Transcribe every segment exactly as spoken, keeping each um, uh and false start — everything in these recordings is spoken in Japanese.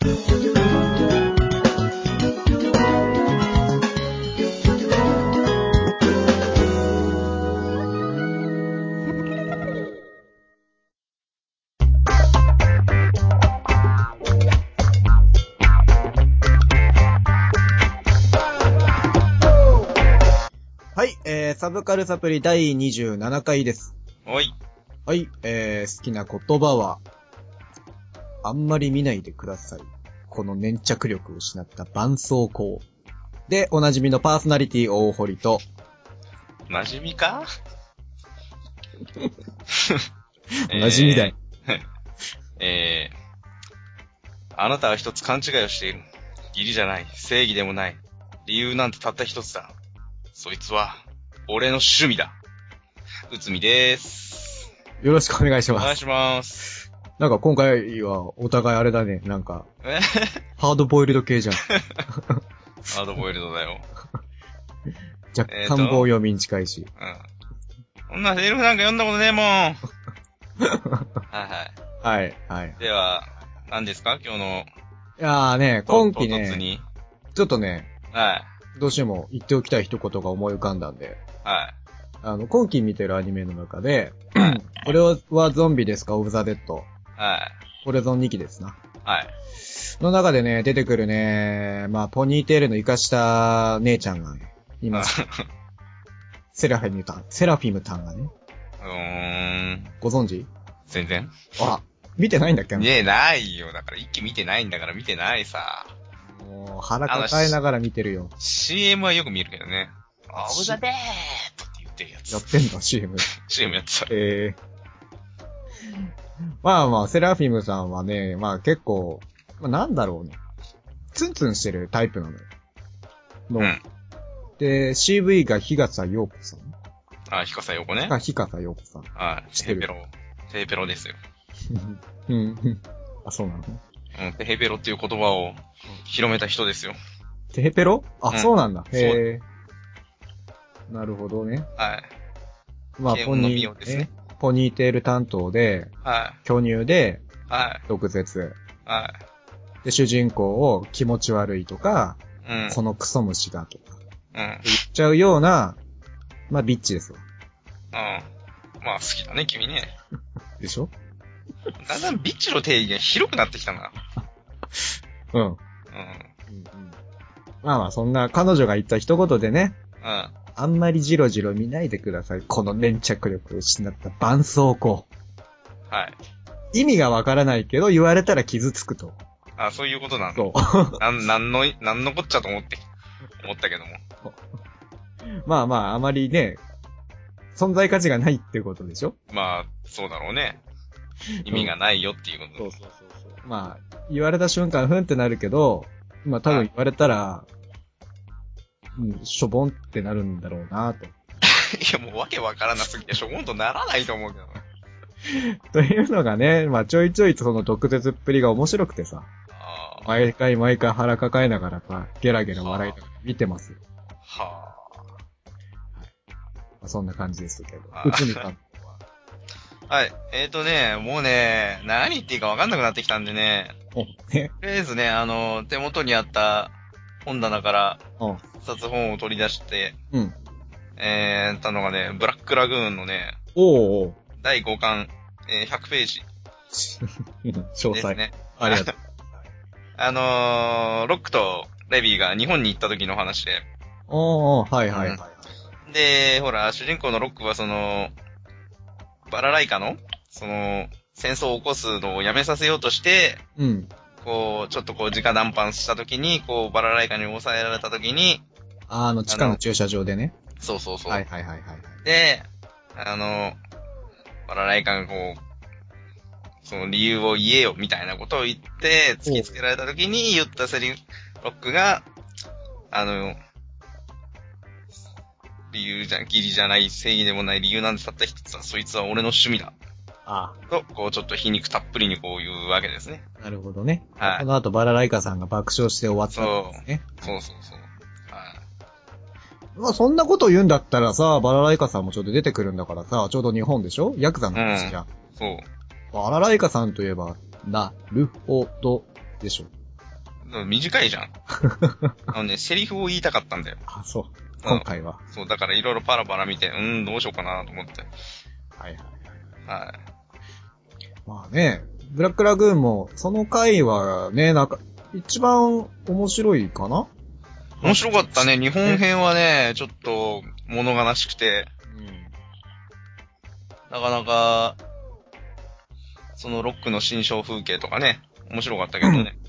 サブカルサプリだいにじゅうななかいです。 はい。 はい、えー、好きな言葉は、あんまり見ないでください。この粘着力を失った絆創膏。で、おなじみのパーソナリティ大堀と、 なじみかおなじみだよ。 えー、あなたは一つ勘違いをしている。義理じゃない。正義でもない。理由なんてたった一つだ。そいつは、俺の趣味だ。うつみでーす。 よろしくお願いします。 お願いします。 なんか今回はお互いあれだね。なんか、ハードボイルド系じゃん。 ハードボイルドだよ。 若干棒読みに近いし。 うん。こんなセリフなんか読んだことねえもん。はいはい。はい、はい。 では、何ですか今日の。 いやーね、今期ね、 にちょっとね、 はい。 どうしても言っておきたい一言が思い浮かんだんで。 はい。 あの、今期見てるアニメの中で、これはゾンビですかオブザ・デッド。 はい。 これゾンにきですな。 はい。 の中でね、出てくるね、まあ、ポニーテールの活かした姉ちゃんがね、います。セラフィムタン、セラフィムタンがね。 うーん。 ご存知？ 全然。 あ、見てないんだっけ？ ねえ、ないよ。だから一期見てないんだから見てないさ。 もう、腹抱えながら見てるよ。 シーエム はよく見るけどね。オブザ・デッドって言ってるやつ。 やってんだ、シーエム。 シーエム やってた。 ええー。まあまあ、セラフィムさんはね、まあ結構、まあ、なんだろうね。ツンツンしてるタイプなのよ。の。うん。で、シーブイ が日笠陽子さん。 あ、日笠陽子ね。 あ、日笠陽子さん。 はい。テヘペロ。テヘペロですよ。 うん。あ、そうなの？ うん、テヘペロっていう言葉を広めた人ですよ。 テヘペロ？あ、うん、そうなんだ。へえ。なるほどね。 はい。 まあ、ポニー、ですね、ポニーテール担当で、 はい。 巨乳で、 はい。 毒舌。 はい。 で、主人公を気持ち悪いとか、 うん、 このクソ虫がとか、 うん、言っちゃうような、まあ、ビッチですわ。 うん。まあ、好きだね、君ね。 でしょ？ だんだんビッチの定義が広くなってきたな。 うん。うん。うん。まあまあ、そんな彼女が言った一言でね。 うん。 あんまりジロジロ見ないでください。この粘着力を失った絆創膏。 はい。 意味がわからないけど、言われたら傷つくと。 あ、そういうことなの？ そう。 なん、なんの、なんのこっちゃと思って、思ったけども。 まあまあ、あまりね、存在価値がないっていうことでしょ？ まあ、そうだろうね。意味がないよっていうこと、 うん、そうそうそうそう。まあ、言われた瞬間、ふんってなるけど、まあ多分言われたら、うん、しょぼんってなるんだろうなと。いや、もうわけわからなすぎてしょぼんとならないと思うけど。 というのがね、まあちょいちょいその毒舌っぷりが面白くてさ。あ毎回毎回腹抱えながらさ、ゲラゲラ笑いながら見てますよ。はぁ。はい。まあ、そんな感じですけど。うつみさん。 はい。えーとね、もうね、何言っていいかわかんなくなってきたんでね。ね。とりあえずね、あの、手元にあった本棚から、一冊本を取り出して、うん。えー、たのがね、ブラックラグーンのね、おーおーだいごかん、えー、ひゃくページ。 詳細。ですね。ありがとう。 あのー、ロックとレビーが日本に行った時の話で。 おー、はいはいはい、はいうん。で、ほら、主人公のロックはその、バラライカの、その、戦争を起こすのをやめさせようとして、うん。こう、ちょっとこう、直談判した時に、こう、バラライカに抑えられた時に、 あ、あの、地下の駐車場でね。 そうそうそう。 はいはいはいはい。 で、あの、バラライカがこう、その理由を言えよ、みたいなことを言って、突きつけられた時に言ったセリフ、ロックが、あの、理由じゃ、義理じゃない、正義でもない理由なんてたった一つは、そいつは俺の趣味だ。ああ。と、こう、ちょっと皮肉たっぷりにこう言うわけですね。 なるほどね。はい。この後、バラライカさんが爆笑して終わったんですね。 そう。そうそうそう。はい。 まあ、そんなこと言うんだったらさ、バラライカさんもちょっと出てくるんだからさ、ちょうど日本でしょ？ヤクザの話じゃん。うん、そう。バラライカさんといえば、なるほど、でしょ。 短いじゃん。あのね、セリフを言いたかったんだよ。 あ、そう。今回は。 そう、だからいろいろパラパラ見て、うーん、どうしようかなと思って。 はいはいはい。はい。 まあね、ブラックラグーンも、その回はね、なんか、一番面白いかな？ 面白かったね。日本編はね、ちょっと物悲しくて、うん、なかなか、そのロックの新象風景とかね、面白かったけどね。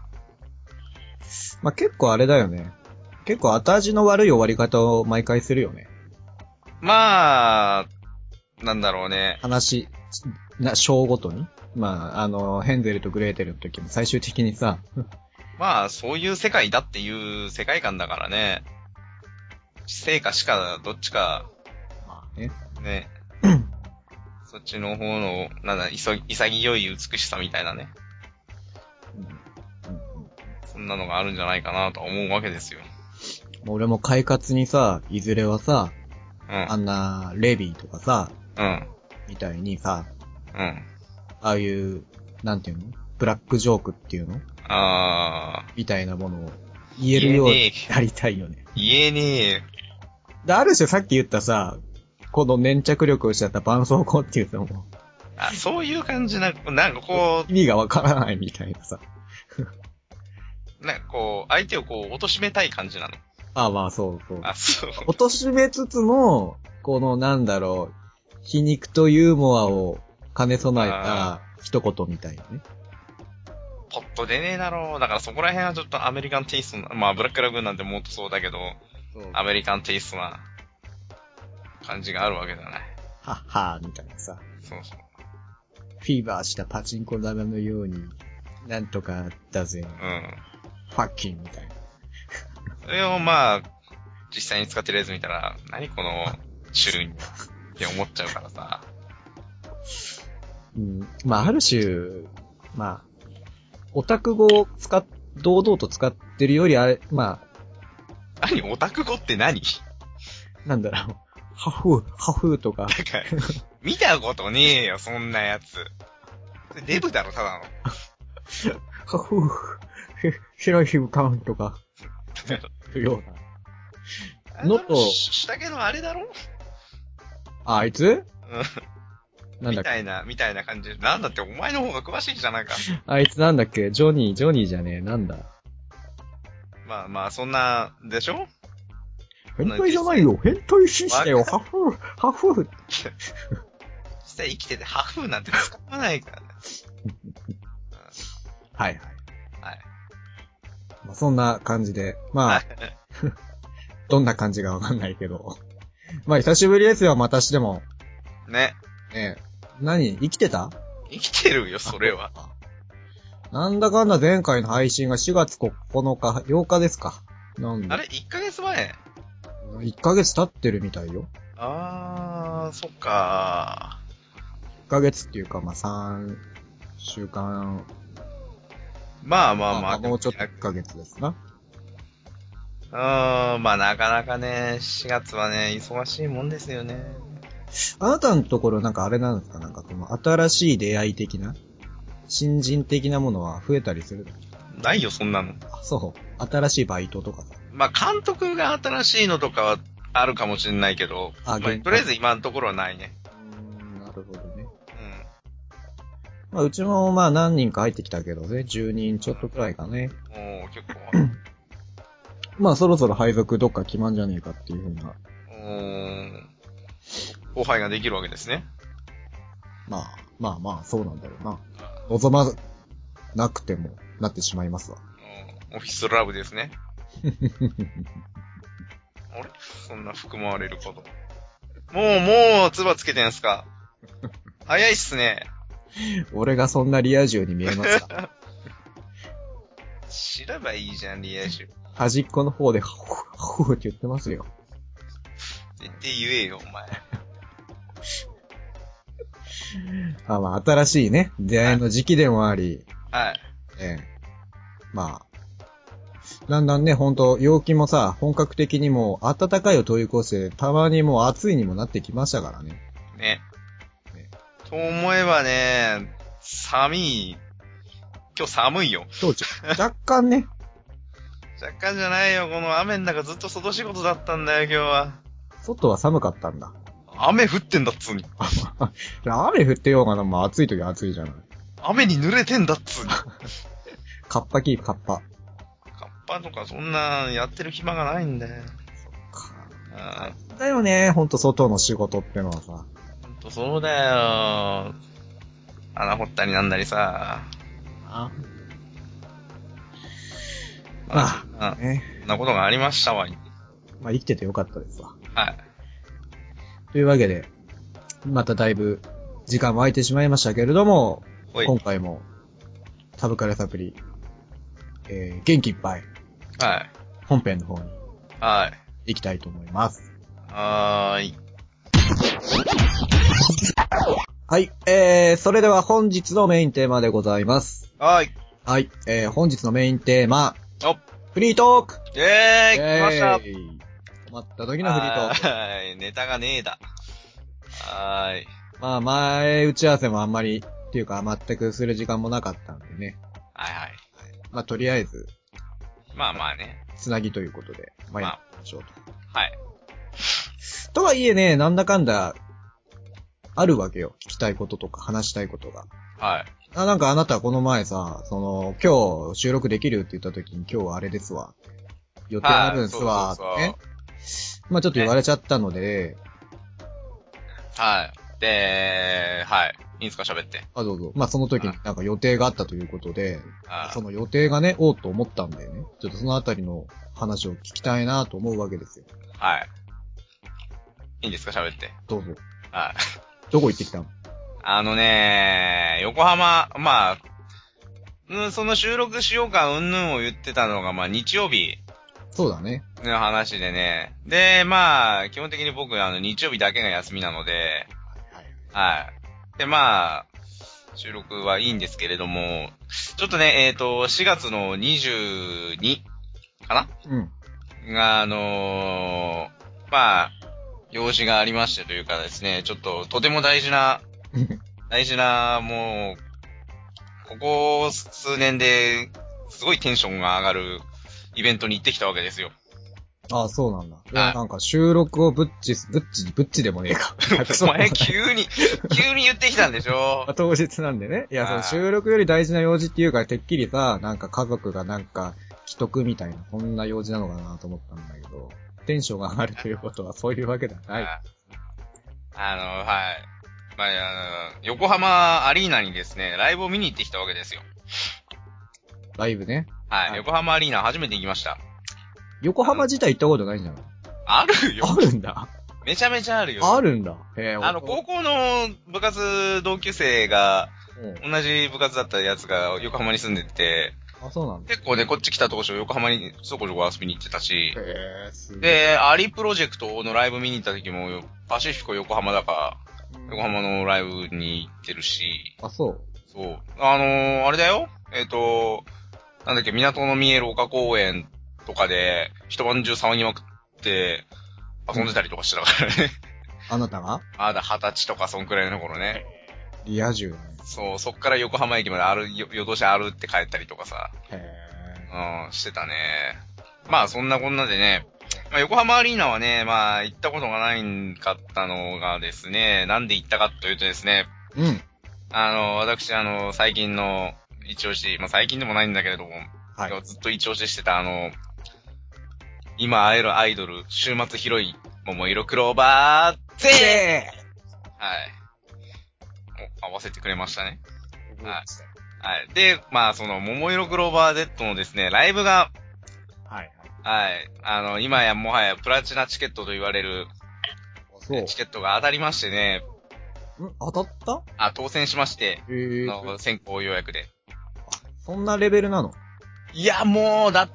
まあ、結構あれだよね。結構後味の悪い終わり方を毎回するよね。 まあ、なんだろうね。 話、な、章ごとにまあ、あの、ヘンゼルとグレーテルの時も最終的にさ。 まあ、そういう世界だっていう世界観だからね。生か死か、どっちか。 まあね。 ね。そっちの方の、なんだ、潔い美しさみたいなね。うんうんうん、そんなのがあるんじゃないかなと思うわけですよ。 俺も快活にさ、いずれはさ、うん、あんな、レビーとかさ、うん。みたいにさ、うん。ああいう、なんていうの？ブラックジョークっていうの？ああ。みたいなものを言えるようになりたいよね。 言えねえよ。 で、ある種さっき言ったさ、この粘着力をしちゃった絆創膏っていうのも。 あ、そういう感じな、なんかこう。意味がわからないみたいなさ。 なんかこう、相手をこう、貶めたい感じなの。 ああ、まあそうそう。 あ、そう。 貶めつつも、このなんだろう、皮肉とユーモアを兼ね備えた一言みたいなね。 ポッと出ねえだろう。だからそこら辺はちょっとアメリカンテイストな、まあブラックラグーンなんてもっとそうだけど、アメリカンテイストな感じがあるわけじゃない。 はっはーみたいなさ。 そうそう。 フィーバーしたパチンコ玉のように、なんとかだぜ。うん。ファッキンみたいな。 それをまあ、実際に使ってるやつ見たら、何このチューンって思っちゃうからさ。 うん。まあある種、まあ、オタク語を使っ、堂々と使ってるよりあれ、まあ。何オタク語って何？ なんだろう。ハフー、ハフーとか。 だから、見たことねえよ、そんなやつ。デブだろ、ただの。 ハフー、ヒロヒムカウンとか。ような。のと、下着のあれだろ？ あ、あいつ？ うん。みたいな、みたいな感じ。なんだって、お前の方が詳しいじゃないか。 あいつなんだっけ？ジョニー、ジョニーじゃねえ、なんだ。 まあまあ、そんな、でしょ？ 変態じゃないよ。変態紳士だよ。ハフー、ハフー。 実際生きててハフーなんて使わないからね。 はいはい。はい。まあ、そんな感じで、まあ、どんな感じかわかんないけど。まあ、久しぶりですよ、またしても。 ね。 ねえ。何？生きてた？ 生きてるよ、それは。 なんだかんだ前回の配信がしがつここのか、ようかですか。なんあれ ?いっ ヶ月前？ いっかげつ経ってるみたいよ。 あー、そっかー。いっかげつっていうか、まあ、さんしゅうかん。 まあまあまあ。まあ、 もうちょっといっかげつですな。 うーん、まあなかなかね、しがつはね、忙しいもんですよね。 あなたのところなんかあれなんですか？なんかこの新しい出会い的な新人的なものは増えたりする？ ないよ、そんなの。 あ、そう。新しいバイトとかさ。 まあ、監督が新しいのとかはあるかもしれないけど、あ、まあ、とりあえず今のところはないね。 うーん、なるほどね。うん。まあ、うちもまあ何人か入ってきたけどね、じゅうにんちょっとくらいかね。 おー、結構。 まあ、そろそろ配属どっか決まんじゃねえかっていうふうな。 うーん。後輩ができるわけですね。 まあ、まあまあ、そうなんだろうな。望まなくてもなってしまいますわ。 オフィスラブですね。あれ？そんな含まれること。もう、もう、唾つけてんすか？早いっすね。 俺がそんなリア充に見えますか？ 知ればいいじゃん、リア充。 端っこの方で、ほふ、ほふって言ってますよ。 絶対言えよ、お前。 あ、まあ、新しいね、出会いの時期でもあり。 はい。 ええ。まあ、だんだんね、ほんと、陽気もさ、本格的にもう暖かいを通り越して、たまにもう暑いにもなってきましたからね。 ね。ねと思えばね、寒い。今日寒いよ。 今日ちょ、若干ね、 若干じゃないよ。この雨の中ずっと外仕事だったんだよ、今日は。 外は寒かったんだ。 雨降ってんだっつうに。 雨降ってようがな、まあ暑い時は暑いじゃない。 雨に濡れてんだっつうに。 カッパキープ、カッパ。 カッパとかそんなやってる暇がないんだよ。 そっか。あだよね、ほんと外の仕事ってのはさ。ほんとそうだよ。穴掘ったりなんだりさ。 あまあ、まあ、ね。そんなことがありましたわ。 まあ生きててよかったですわ。 はい。 というわけで、まただいぶ時間も空いてしまいましたけれども、今回もサブカルサプリ、えー、元気いっぱい。 はい。 本編の方に。 はい。 行きたいと思います。 はーい。 はい。えー、それでは本日のメインテーマでございます。 はい。 はい。えー、本日のメインテーマ。 おフリートークイェーイ来ました困った時のフリートーク。 はい。ネタがねえだ。はーい。 まあ、前打ち合わせもあんまり、っていうか全くする時間もなかったんでね。 はいはい。 まあ、とりあえず。 まあまあね。 つなぎということで、まあ、やってみましょうと。 はい。 とはいえね、なんだかんだ、あるわけよ。聞きたいこととか話したいことが。 はい。 あ、なんかあなたこの前さ、その、今日収録できるって言った時に今日はあれですわ。予定あるんすわ、ってね。まあちょっと言われちゃったので。 はい。で、はい。いいんすか喋って。 あ、どうぞ。まあその時になんか予定があったということで、その予定がね、おうと思ったんでね。ちょっとそのあたりの話を聞きたいなと思うわけですよ。 はい。いいんですか喋って。 どうぞ。 はい。 どこ行ってきたの？ あのね、横浜、まあ、うん、その収録しようかうんぬんを言ってたのが、まあ日曜日。 そうだね。 の話でね。で、まあ、基本的に僕、あの、日曜日だけが休みなので、はい。はい。で、まあ、収録はいいんですけれども、ちょっとね、えっと、しがつのにじゅうにかな？うん。が、あのー、まあ、用事がありましてというかですね、ちょっととても大事な、大事な、もう、ここ数年ですごいテンションが上がるイベントに行ってきたわけですよ。 ああ、そうなんだ。いや、なんか収録をぶっち、ぶっち、ぶっちでもねえか。 お前急に、急に言ってきたんでしょ当日なんでね。いや、その収録より大事な用事っていうか、てっきりさ、なんか家族がなんか、既得みたいな、そんな用事なのかなと思ったんだけど、テンションが上がるということはそういうわけではない。あ, あの、はい。まあ、あの、横浜アリーナにですね、ライブを見に行ってきたわけですよ。 ライブね。 はい。はい、横浜アリーナ初めて行きました。 横浜自体行ったことないんじゃない？ あるよ。 あるんだ。 めちゃめちゃあるよ。 あるんだ。へあの、高校の部活同級生が、同じ部活だったやつが横浜に住んでて、 あ、そうなんだ。 結構ね、こっち来た当初横浜にそこそこ遊びに行ってたし、 へー、すごい。 で、アリプロジェクトのライブ見に行った時も、パシフィコ横浜だか、横浜のライブに行ってるし、 あ、そう。 そう。あのー、あれだよ。えっと、なんだっけ、港の見える丘公園とかで、一晩中騒ぎまくって、遊んでたりとかしてたからね。 あなたが？ あだ、二十歳とかそんくらいの頃ね。 リア充だね。 そう、そっから横浜駅まで歩、夜通し歩って帰ったりとかさ。 へー。うん、してたね。まあ、そんなこんなでね、まあ、横浜アリーナはね、まあ、行ったことがないかったのがですね、なんで行ったかというとですね、 うん。 あの、私、あの、最近の一押し、まあ、最近でもないんだけれども、はい、ずっと一押ししてた、あの、今会えるアイドル、週末広い、桃色クローバーぜーはい。合わせてくれましたね。はい。はい。で、まあ、その、桃色クローバー Z のですね、ライブが、はい。はい。あの、今やもはやプラチナチケットと言われる、そう。チケットが当たりましてね。 ん当たった？ あ、当選しまして。へー。の先行予約で。 あ、そんなレベルなの？ いや、もう、だって、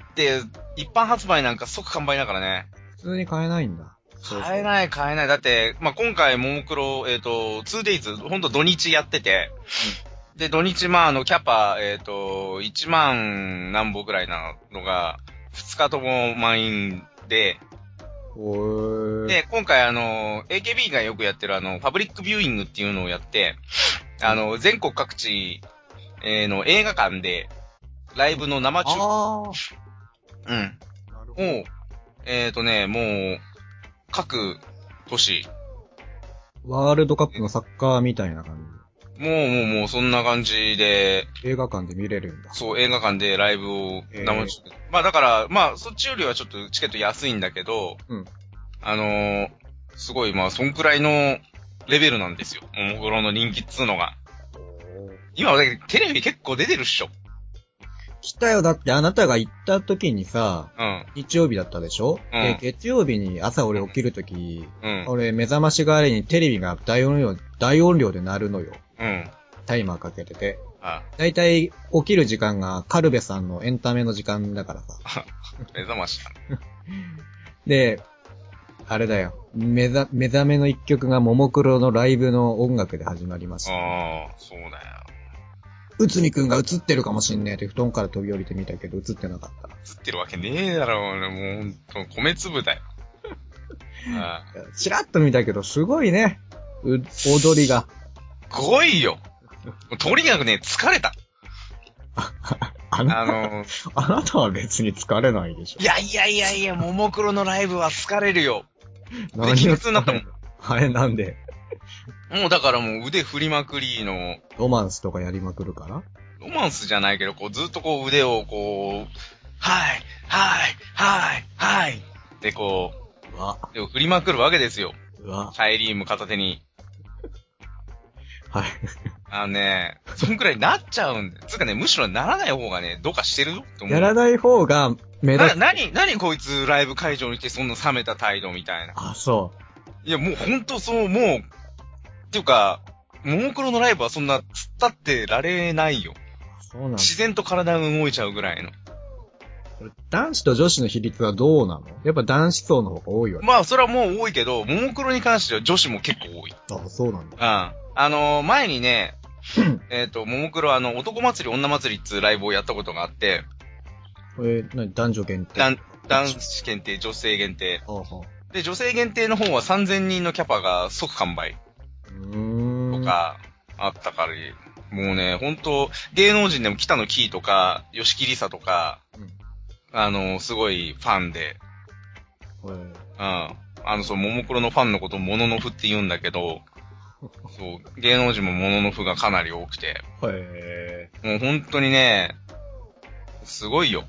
一般発売なんか即完売だからね。 普通に買えないんだ。 買えない、買えない。だって、まあ、今回、ももクロ、えっ、ー、と、ツーデイズ、ほんと土日やってて、うん、で、土日、まあ、あの、キャパ、えっ、ー、と、いちまん何本くらいなのが、ふつかとも満員で、で、今回、あの、エーケービー がよくやってる、あの、パブリックビューイングっていうのをやって、あの、全国各地、えー、の映画館で、ライブの生中継うん。なるほど。を、えっとね、もう、各都市。 ワールドカップのサッカーみたいな感じ。もうもうもうそんな感じで。 映画館で見れるんだ。 そう、映画館でライブを生中継。まあだから、まあそっちよりはちょっとチケット安いんだけど、うん。あのー、すごいまあそんくらいのレベルなんですよ。ももクロの人気っつうのが。今はだけどテレビ結構出てるっしょ。 来たよ。だってあなたが行った時にさ、うん。日曜日だったでしょ、うん、で、月曜日に朝俺起きる時、うん。俺目覚まし代わりにテレビが大音量、大音量で鳴るのよ。うん。タイマーかけてて。ああ。だいたい起きる時間がカルベさんのエンタメの時間だからさ。 目覚ましだ。 で、あれだよ。目ざ、目覚めの一曲がももクロのライブの音楽で始まりました、 ね。ああ、そうだよ。 うつみくんが映ってるかもしんねえって布団から飛び降りてみたけど映ってなかった。 映ってるわけねえだろ、俺もうほんと米粒だよ。 ああチラッと見たけどすごいね。う、踊りが。 すごいよ。とにかくね、疲れた。 あなた、あのー、あなたは別に疲れないでしょ。 いやいやいやいや、ももクロのライブは疲れるよ。 何が疲れなったもん。あれなんでもうだからもう腕振りまくりの。 ロマンスとかやりまくるからロマンスじゃないけど、こうずっとこう腕をこう、はい、はい、はい、はい。でこう、うわ腕を振りまくるわけですよ。うわシャイリーム片手に。はい。あのね、そんくらいなっちゃうんだよ。つうかね、むしろならない方がね、どうかしてるよって思う。 やらない方が目立つ。 な、なに、なにこいつライブ会場に来てそんな冷めた態度みたいな。 あ、そう。 いや、もうほんとそう、もう、っていうか、ももクロのライブはそんな突っ立ってられないよ。そうなんだ。自然と体が動いちゃうぐらいの。 男子と女子の比率はどうなの？やっぱ男子層の方が多いわけ。 まあ、それはもう多いけど、ももクロに関しては女子も結構多い。 あ、そうなんだ。 うん。あのー、前にね、えっと、ももクロあの、男祭り女祭りっつうライブをやったことがあって、 えー、なに男女限定？ 男子限定、女性限定。はあはあ、で、女性限定の方はさんぜんにんのキャパが即完売。うーん。とか、あったから、もうね、ほんと、芸能人でも北野キーとか、吉木りさとか、うん、あの、すごいファンで、うん。あの、そう、ももクロのファンのことをモノノフって言うんだけど、そう、芸能人もモノノフがかなり多くて。へー。もうほんとにね、すごいよ。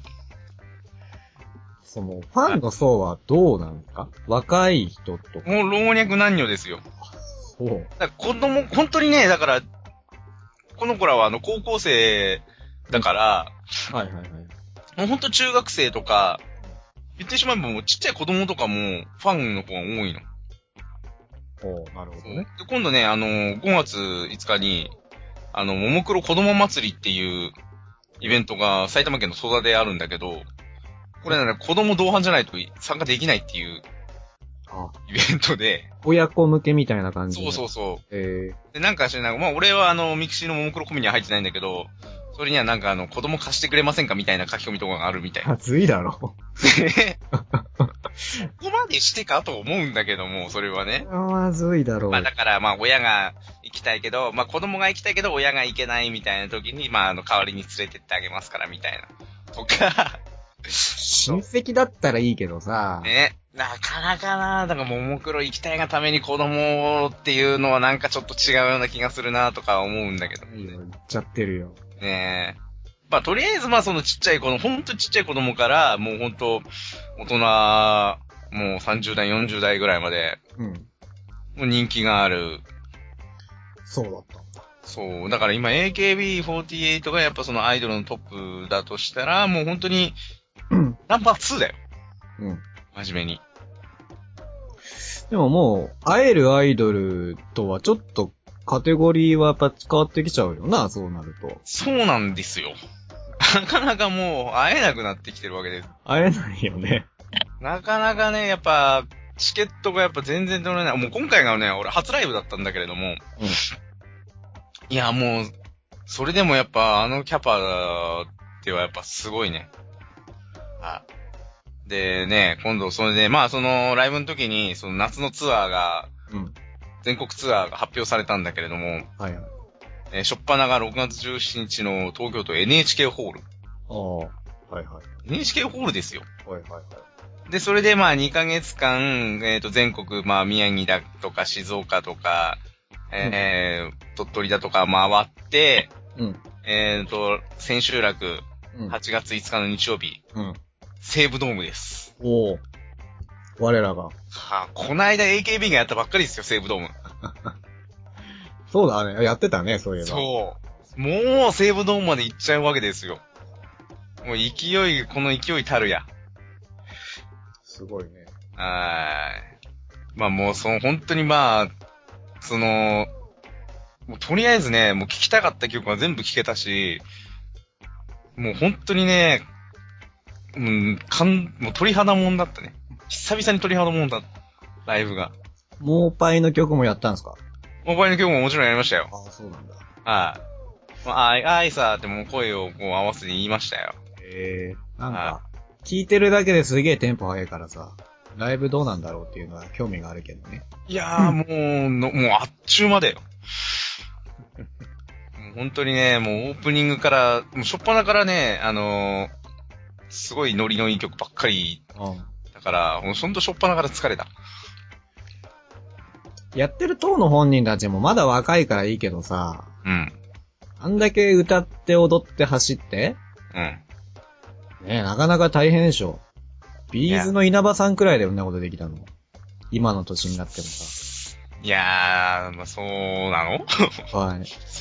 その、ファンの層はどうなんですか？若い人とか。 もう老若男女ですよ。そう。だから子供、本当にね、だから、この子らはあの高校生だから、はいはいはい。もうほんと中学生とか、言ってしまえばもうちっちゃい子供とかもファンの子が多いの。 おー、なるほどね。 で、今度ね、あの、ごがついつかに、あの、ももクロ子供祭りっていうイベントが埼玉県の戸田であるんだけど、これね、子供同伴じゃないと参加できないっていうイベントで。 親子向けみたいな感じ。 そうそうそう。えー、で、なんかしら、まあ俺はあの、ミクシーのももクロコミには入ってないんだけど、それにはなんかあの、子供貸してくれませんかみたいな書き込みとかがあるみたい。 熱いだろ。 そこまでしてかと思うんだけども、それはね。 まずいだろう。 まあだから、まあ親が行きたいけど、まあ子供が行きたいけど親が行けないみたいな時に、まああの代わりに連れてってあげますからみたいな。とか。 親戚だったらいいけどさ。 ね。なかなかな、だからももクロ行きたいがために子供っていうのはなんかちょっと違うような気がするなとか思うんだけど、ね。 いいよ、言っちゃってるよ。 ねえ。まあとりあえずまあそのちっちゃい子の、ほんとちっちゃい子供から、もうほんと、大人、もうさんじゅう代、よんじゅう代ぐらいまで、うん。もう人気がある。 そうだったんだ。 そう。だから今 エーケービーフォーティーエイト がやっぱそのアイドルのトップだとしたら、もうほんとに、ナンバーツーだよ。うん。真面目に。 でももう、会えるアイドルとはちょっとカテゴリーはやっぱ変わってきちゃうよな、そうなると。 そうなんですよ。なかなかもう会えなくなってきてるわけです。 会えないよね。 なかなかね、やっぱ、チケットがやっぱ全然取れない。もう今回がね、俺初ライブだったんだけれども。うん。いや、もう、それでもやっぱあのキャパではやっぱすごいね。あ。でね、今度それで、まあそのライブの時に、その夏のツアーが、うん。全国ツアーが発表されたんだけれども。はいはい。えー、しょっぱながろくがつじゅうしちにちの東京都 エヌエイチケー ホール。 ああ。 はいはい。 エヌエイチケー ホールですよ。 はいはいはい。 で、それでまあにかげつかん、えっ、ー、と、全国、まあ宮城だとか静岡とか、えー、うん、鳥取だとか回って、うん、えっ、ー、と、千秋楽、うん、はちがついつかの日曜日、うん、西武ドームです。 おー。我らが。はあ、こないだ エーケービー がやったばっかりですよ、西武ドーム。 そうだね。やってたね、そういえば。 そう。もう西武ドームまで行っちゃうわけですよ。もう勢い、この勢いたるや。 すごいね。 はい。まあもうその本当にまあ、その、もうとりあえずね、もう聞きたかった曲は全部聞けたし、もう本当にね、うん、かん、もう鳥肌もんだったね。久々に鳥肌もんだった。ライブが。 モーパイの曲もやったんですか？ モーパイの曲ももちろんやりましたよ。 ああ、そうなんだ。 はい。まあ、あい、あいさーってもう声をこう合わせて言いましたよ。 へえ。なんか、聞いてるだけですげえテンポ早いからさ、ライブどうなんだろうっていうのは興味があるけどね。 いやーもう、の、もうあっちゅうまでよ。もう本当にね、もうオープニングから、もう初っ端からね、あのー、すごいノリのいい曲ばっかり。うん。だから、もうほんと初っ端から疲れた。 やってる当の本人たちもまだ若いからいいけどさ、うん。あんだけ歌って踊って走って、うん。ねえ、なかなか大変でしょ。ビーズの稲葉さんくらいでこんなことできたの。今の年になってもさ。 いやー、まあ、そうなのはい。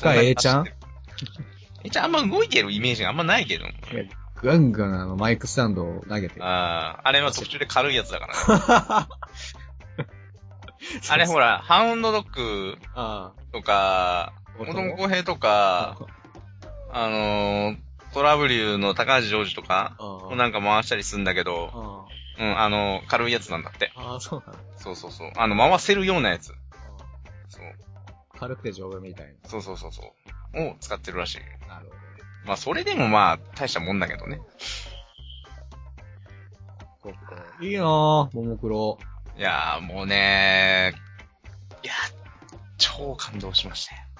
か、A ちゃん ?A ちゃんあんま動いてるイメージがあんまないけど。 ガンガンあのマイクスタンドを投げてる。 ああ、あれは途中で軽いやつだからね。あれほら、ハウンドドッグとか、子供公平とか、あのー、トラブリューの高橋ジョージとか、なんか回したりするんだけど、うん、あの、軽いやつなんだって。 ああ、そうなの？ そうそうそう。あの、回せるようなやつ。そう。 軽くて丈夫みたいな。 そうそうそうそう。を使ってるらしい。 なるほどね。 まあ、それでもまあ、大したもんだけどね。 そっか。いいなぁ、ももクロ。 いやー、もうねー、いや、超感動しましたよ。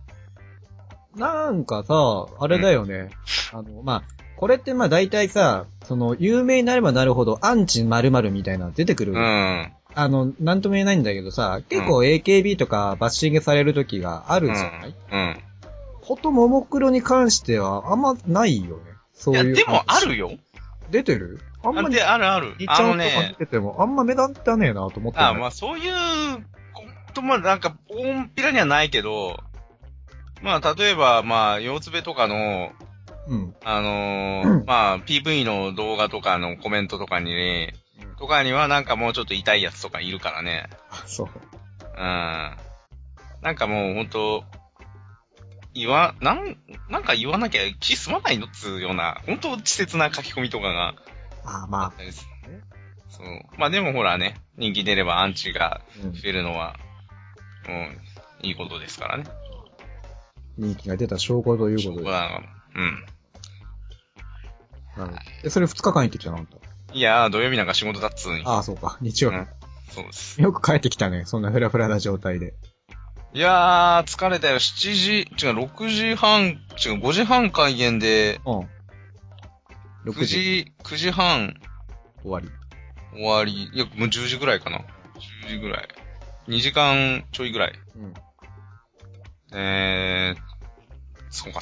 なんかさ、あれだよね。うん、あの、まあ、これってまあ大体さ、その、有名になればなるほど、アンチ〇〇みたいなの出てくる。うん。あの、なんとも言えないんだけどさ、結構 エーケービー とかバッシングされる時があるじゃない？うん。うん。ことももクロに関してはあんまないよね。そういう。いや、 でもあるよ。 出てる？あんまり。 あるある。 イチャンとか見てても、あんま目立たねえなと思ってあ、まあそういうこともなんか、大っぴらにはないけど、まあ例えば、まあ、腰つべとかの、うん。あのー、うん、まあ、ピーブイ の動画とかのコメントとかにね、うん、とかにはなんかもうちょっと痛いやつとかいるからね。 あ、そう。 うん。なんかもうほんと、言わ、なん、なんか言わなきゃ気済まないのっつうような、ほんと稚拙な書き込みとかが。 ああ、まあ。 そう。まあでもほらね、人気出ればアンチが増えるのは、うん、うん、いいことですからね。 人気が出た証拠ということで。証拠だうん。なるほど。え、それ二日間行ってきたのあんた。 いやー、土曜日なんか仕事だっつうに。 ああ、そうか。日曜日、うん。 そうです。 よく帰ってきたね。そんなフラフラな状態で。 いやー、疲れたよ。しちじ、違う、ろくじはん、違う、ごじはん開演で、うん。ろくじ、くじはん。 終わり。 終わり。いや、もうじゅうじぐらいかな。じゅうじぐらい。にじかんちょいぐらい。うん。えー、すごかった。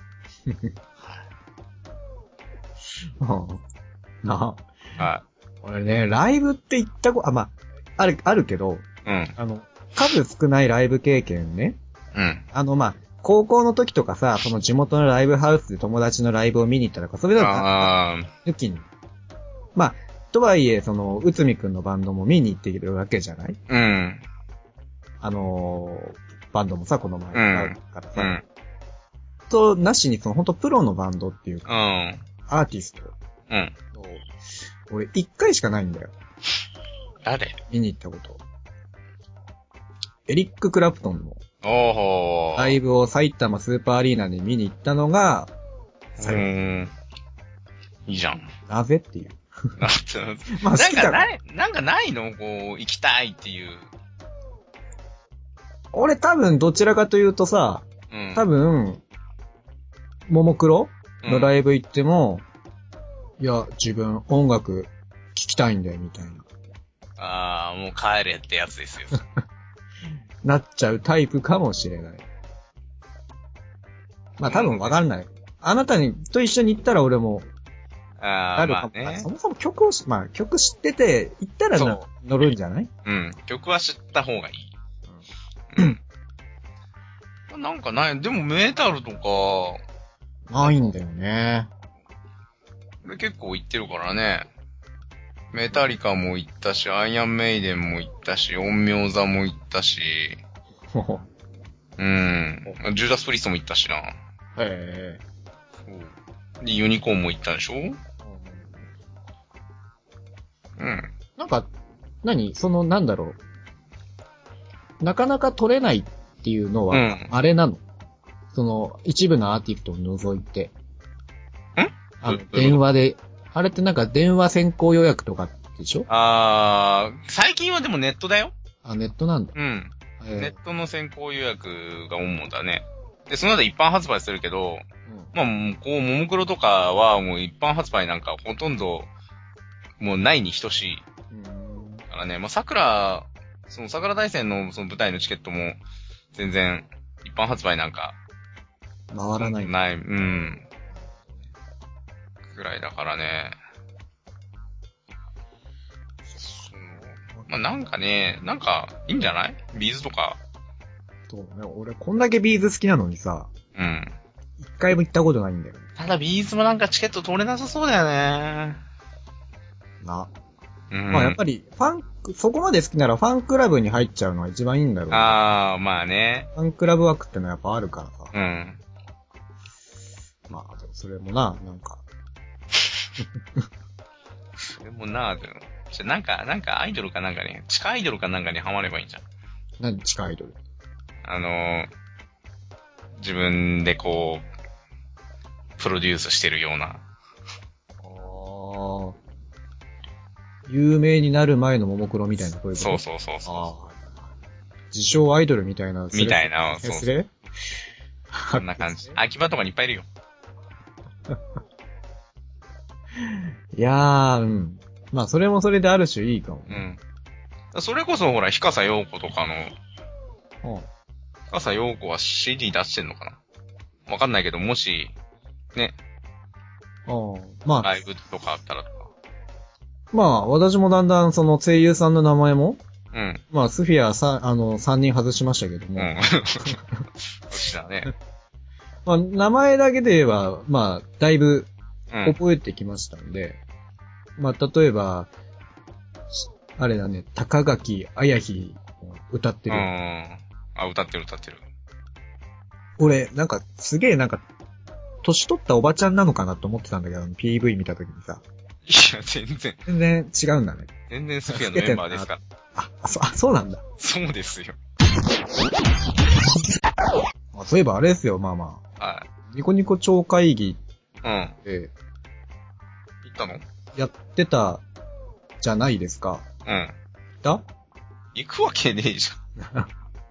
なあ。はい。俺ね、ライブって行ったこ、あ、まあ、ある、あるけど、うん。あの、数少ないライブ経験ね。うん。あの、まあ、高校の時とかさ、その地元のライブハウスで友達のライブを見に行ったとか、それだと、あ抜きに。まあ、とはいえ、その、うつみくんのバンドも見に行っているわけじゃない？うん。あのー、バンドもさ、この前、あるからさ。うん。と、なしに、その、ほんとプロのバンドっていうか、うん。アーティスト。うん。俺、一回しかないんだよ。 誰？ 見に行ったこと。エリック・クラプトンの、おー。ライブを埼玉スーパーアリーナに見に行ったのが、 うーん。いいじゃん。 なぜっていう。 なって、まあ、なんかない、なんかないのこう、行きたいっていう。 俺多分どちらかというとさ、うん、多分、ももクロのライブ行っても、 いや、自分音楽聴きたいんだよ、みたいな。 ああ、もう帰れってやつですよ。 なっちゃうタイプかもしれない。まあ多分わかんない。あなたにと一緒に行ったら俺も、 ああ、まあね。 そもそも曲を、まあ曲知ってて、行ったらな乗るんじゃない？ うん。曲は知った方がいい。うん。うん、なんかない、でもメタルとか、 ないんだよね。 俺結構行ってるからね。メタリカも行ったし、アイアンメイデンも行ったし、陰陽座も行ったし、うん。ジューダスプリストも行ったしな。へえ。 そう。で、ユニコーンも行ったでしょ？うん。 なんか、何その、なんだろう。なかなか取れないっていうのは、うん、あれなの？その、一部のアーティストを除いて。 ん？ あの、電話で、あれってなんか電話先行予約とかでしょ？ あー、最近はでもネットだよ。 あ、ネットなんだ。 うん。ネットの先行予約が主だね。で、その後一般発売するけど、うん、まあ、こう、ももクロとかはもう一般発売なんかほとんど、もうないに等しい。だからね、まあ、桜、その桜大戦のその舞台のチケットも、全然、一般発売なんか、 回らない。 ない、うん。ぐらいだからね。そう。まあ、なんかね、なんか、いいんじゃない？ビーズとか。 そうね、俺こんだけビーズ好きなのにさ。 うん。 一回も行ったことないんだよ。 ただビーズもなんかチケット取れなさそうだよね。 な。うん、まあやっぱり、ファン、そこまで好きならファンクラブに入っちゃうのが一番いいんだろうね。 ああ、まあね。 ファンクラブ枠ってのはやっぱあるからさ。 うん。 まあ、それもな、なんか。 それもな、でも。じゃ、なんか、なんかアイドルかなんかに、地下アイドルかなんかにハマればいいんじゃん。 何地下アイドル？ あのー、自分でこう、プロデュースしてるような。ああ。有名になる前のももクロみたいな声。 そうそうそうそう。 自称アイドルみたいな。 みたいな、 そうそう。 そんな感じ。秋葉とかにいっぱいいるよ。 いやー、うん。まあ、それもそれである種いいかも。 うん。それこそほら、ひかさようことかの、うん。ひかさようこは シーディー 出してんのかな？わかんないけど、もし、ね。 ああ、まあ。 ライブとかあったらとか。 まあ、私もだんだんその声優さんの名前も、 うん。 まあ、スフィアさ、あの、さんにん外しましたけども。うん。 そしたね。 まあ、名前だけで言えば、まあ、だいぶ、覚えてきましたんで、うん、まあ、例えば、あれだね、高垣綾日歌ってる。 うん。あ、歌ってる歌ってる。 俺、なんか、すげえなんか、年取ったおばちゃんなのかなと思ってたんだけど、ピーブイ 見たときにさ。 いや、全然。 全然違うんだね。 全然スフィアのメンバーですから。 あ、そ、あ、そうなんだ。 そうですよ。 あ、そういえばあれですよ、まあまあ。はい。 ニコニコ超会議。 うん。 で、 行ったの？ やってた、じゃないですか。 うん。 行った？ 行くわけねえじゃん。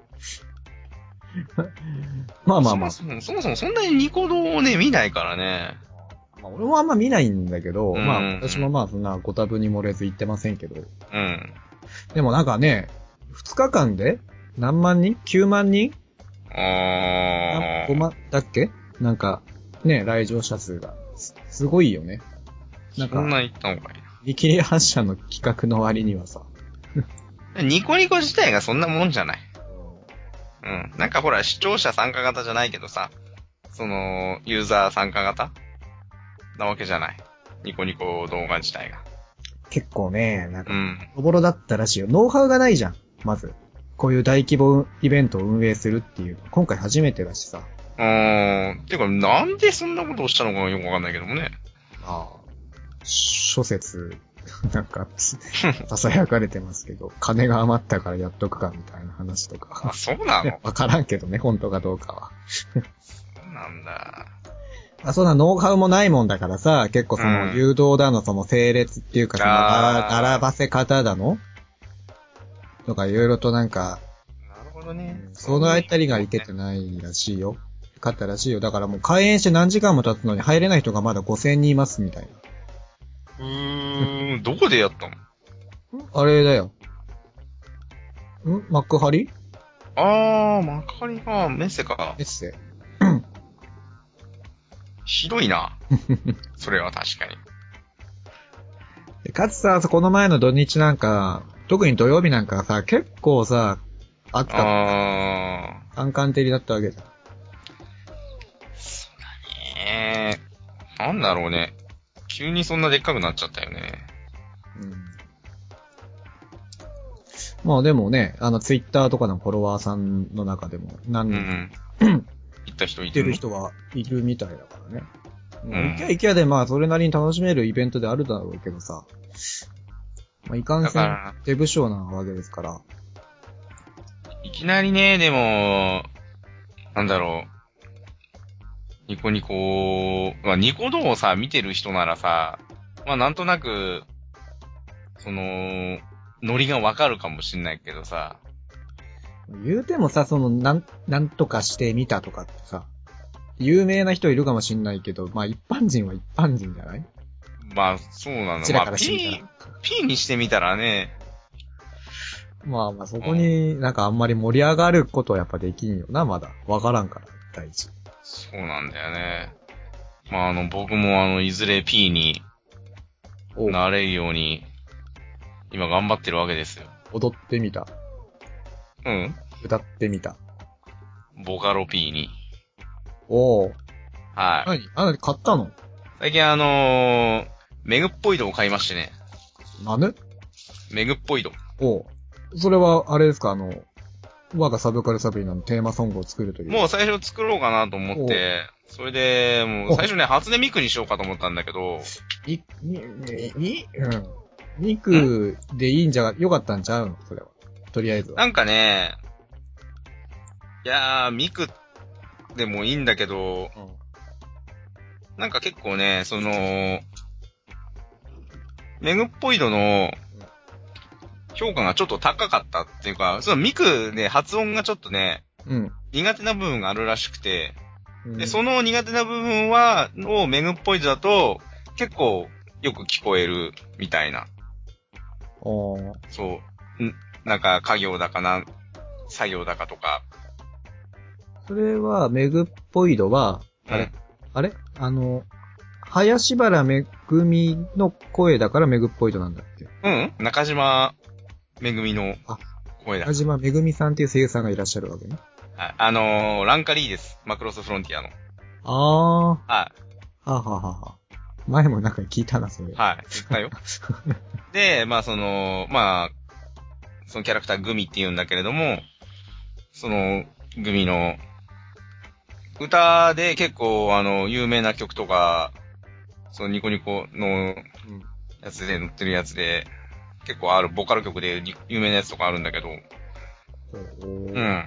まあまあまあ。 そもそも、そもそもそんなにニコ動をね、見ないからね。 まあ俺もあんま見ないんだけど、うんうん、まあ私もまあそんなご多分に漏れず言ってませんけど。 うん。 でもなんかね、二日間で何万人 ?きゅう 万人あー。ごまんだっけなんか、ね、来場者数が。す、すごいよね。 なんか。そんな言った方がいいな。 見切り発車の企画の割にはさ。 ニコニコ自体がそんなもんじゃない。うん。なんかほら、視聴者参加型じゃないけどさ、その、ユーザー参加型なわけじゃない。ニコニコ動画自体が。 結構ね、なんか、おぼろだったらしいよ。ノウハウがないじゃん、まず。こういう大規模イベントを運営するっていう。今回初めてだしさ。 うーん。てか、なんでそんなことをしたのかよくわかんないけどもね。 ああ。諸説、なんか、囁かれてますけど、金が余ったからやっとくかみたいな話とか。 あ、そうなの？ わからんけどね、本当かどうかは。 そうなんだ。 あ、そんなノウハウもないもんだからさ、結構その、誘導だの、その整列っていうか、その、並ばせ方だのとかいろいろとなんか、 なるほどね。 そのあたりがいけてないらしいよ。かったらしいよ。だからもう開演して何時間も経つのに入れない人がまだごせんにんいますみたいな。 うーん、どこでやったの？ あれだよ。ん幕張？ あー、幕張か、メッセか。 メッセ。 ひどいな。それは確かに。 かつさ、この前の土日なんか、特に土曜日なんかさ、結構さ、暑かった。 あー。カンカン照りだったわけじゃん。 そうだね。なんだろうね。急にそんなでっかくなっちゃったよね。 うん。まあでもね、あの、ツイッターとかのフォロワーさんの中でも何人か、うん、行った人いる。行ってる人はいるみたいだからね。うん。行きゃ行きゃでまあそれなりに楽しめるイベントであるだろうけどさ。まあいかんせん手不詳なわけですから。 いきなりね、でも、なんだろう。ニコニコ、まあニコ動をさ、見てる人ならさ、まあなんとなく、その、ノリがわかるかもしんないけどさ。 言うてもさ、その、なん、なんとかしてみたとかってさ、有名な人いるかもしんないけど、まあ一般人は一般人じゃない？ まあそうなの。まあ P、P にしてみたらね。 まあまあそこになんかあんまり盛り上がることはやっぱできんよな、まだ。わからんから、第一。 そうなんだよね。まああの、僕もあの、いずれ P になれるように、今頑張ってるわけですよ。 踊ってみた。 うん。 歌ってみた。 ボカロ P に。 おー。 はい。 何あ、何買ったの？ 最近あのー、メグっぽい度を買いましてね。 なぬ？ メグっぽい度。 おう。それは、あれですか、あの、我がサブカルサブリナのテーマソングを作るという。 もう最初作ろうかなと思って、それで、もう最初ね、初音ミクにしようかと思ったんだけど。 み、み、み、うん。ミクでいいんじゃ、よかったんちゃうのそれは。とりあえずは。 なんかね、いやー、ミクでもいいんだけど、うん、なんか結構ね、その、メグっぽい度の評価がちょっと高かったっていうか、そのミクね、発音がちょっとね、うん、苦手な部分があるらしくて、うん、で、その苦手な部分は、をメグっぽい度だと、結構よく聞こえるみたいな。おー。そう。んなんか、家業だかな、作業だかとか。 それは、メグっぽい度は、あれ、うん、あれあの、林原めぐみの声だからメグっぽい度なんだっけ？ うん、中島めぐみの声だ。 中島めぐみさんっていう声優さんがいらっしゃるわけね。 はい。あのー、ランカリーです。マクロスフロンティアの。 あー。 はい。 はあ、はあははあ、前もなんか聞いたな、それ。 はい。言ったよ。で、まあその、まあ、そのキャラクターグミって言うんだけれども、その、グミの、歌で結構あの、有名な曲とか、そのニコニコのやつで載ってるやつで、結構あるボカロ曲で有名なやつとかあるんだけど、うん。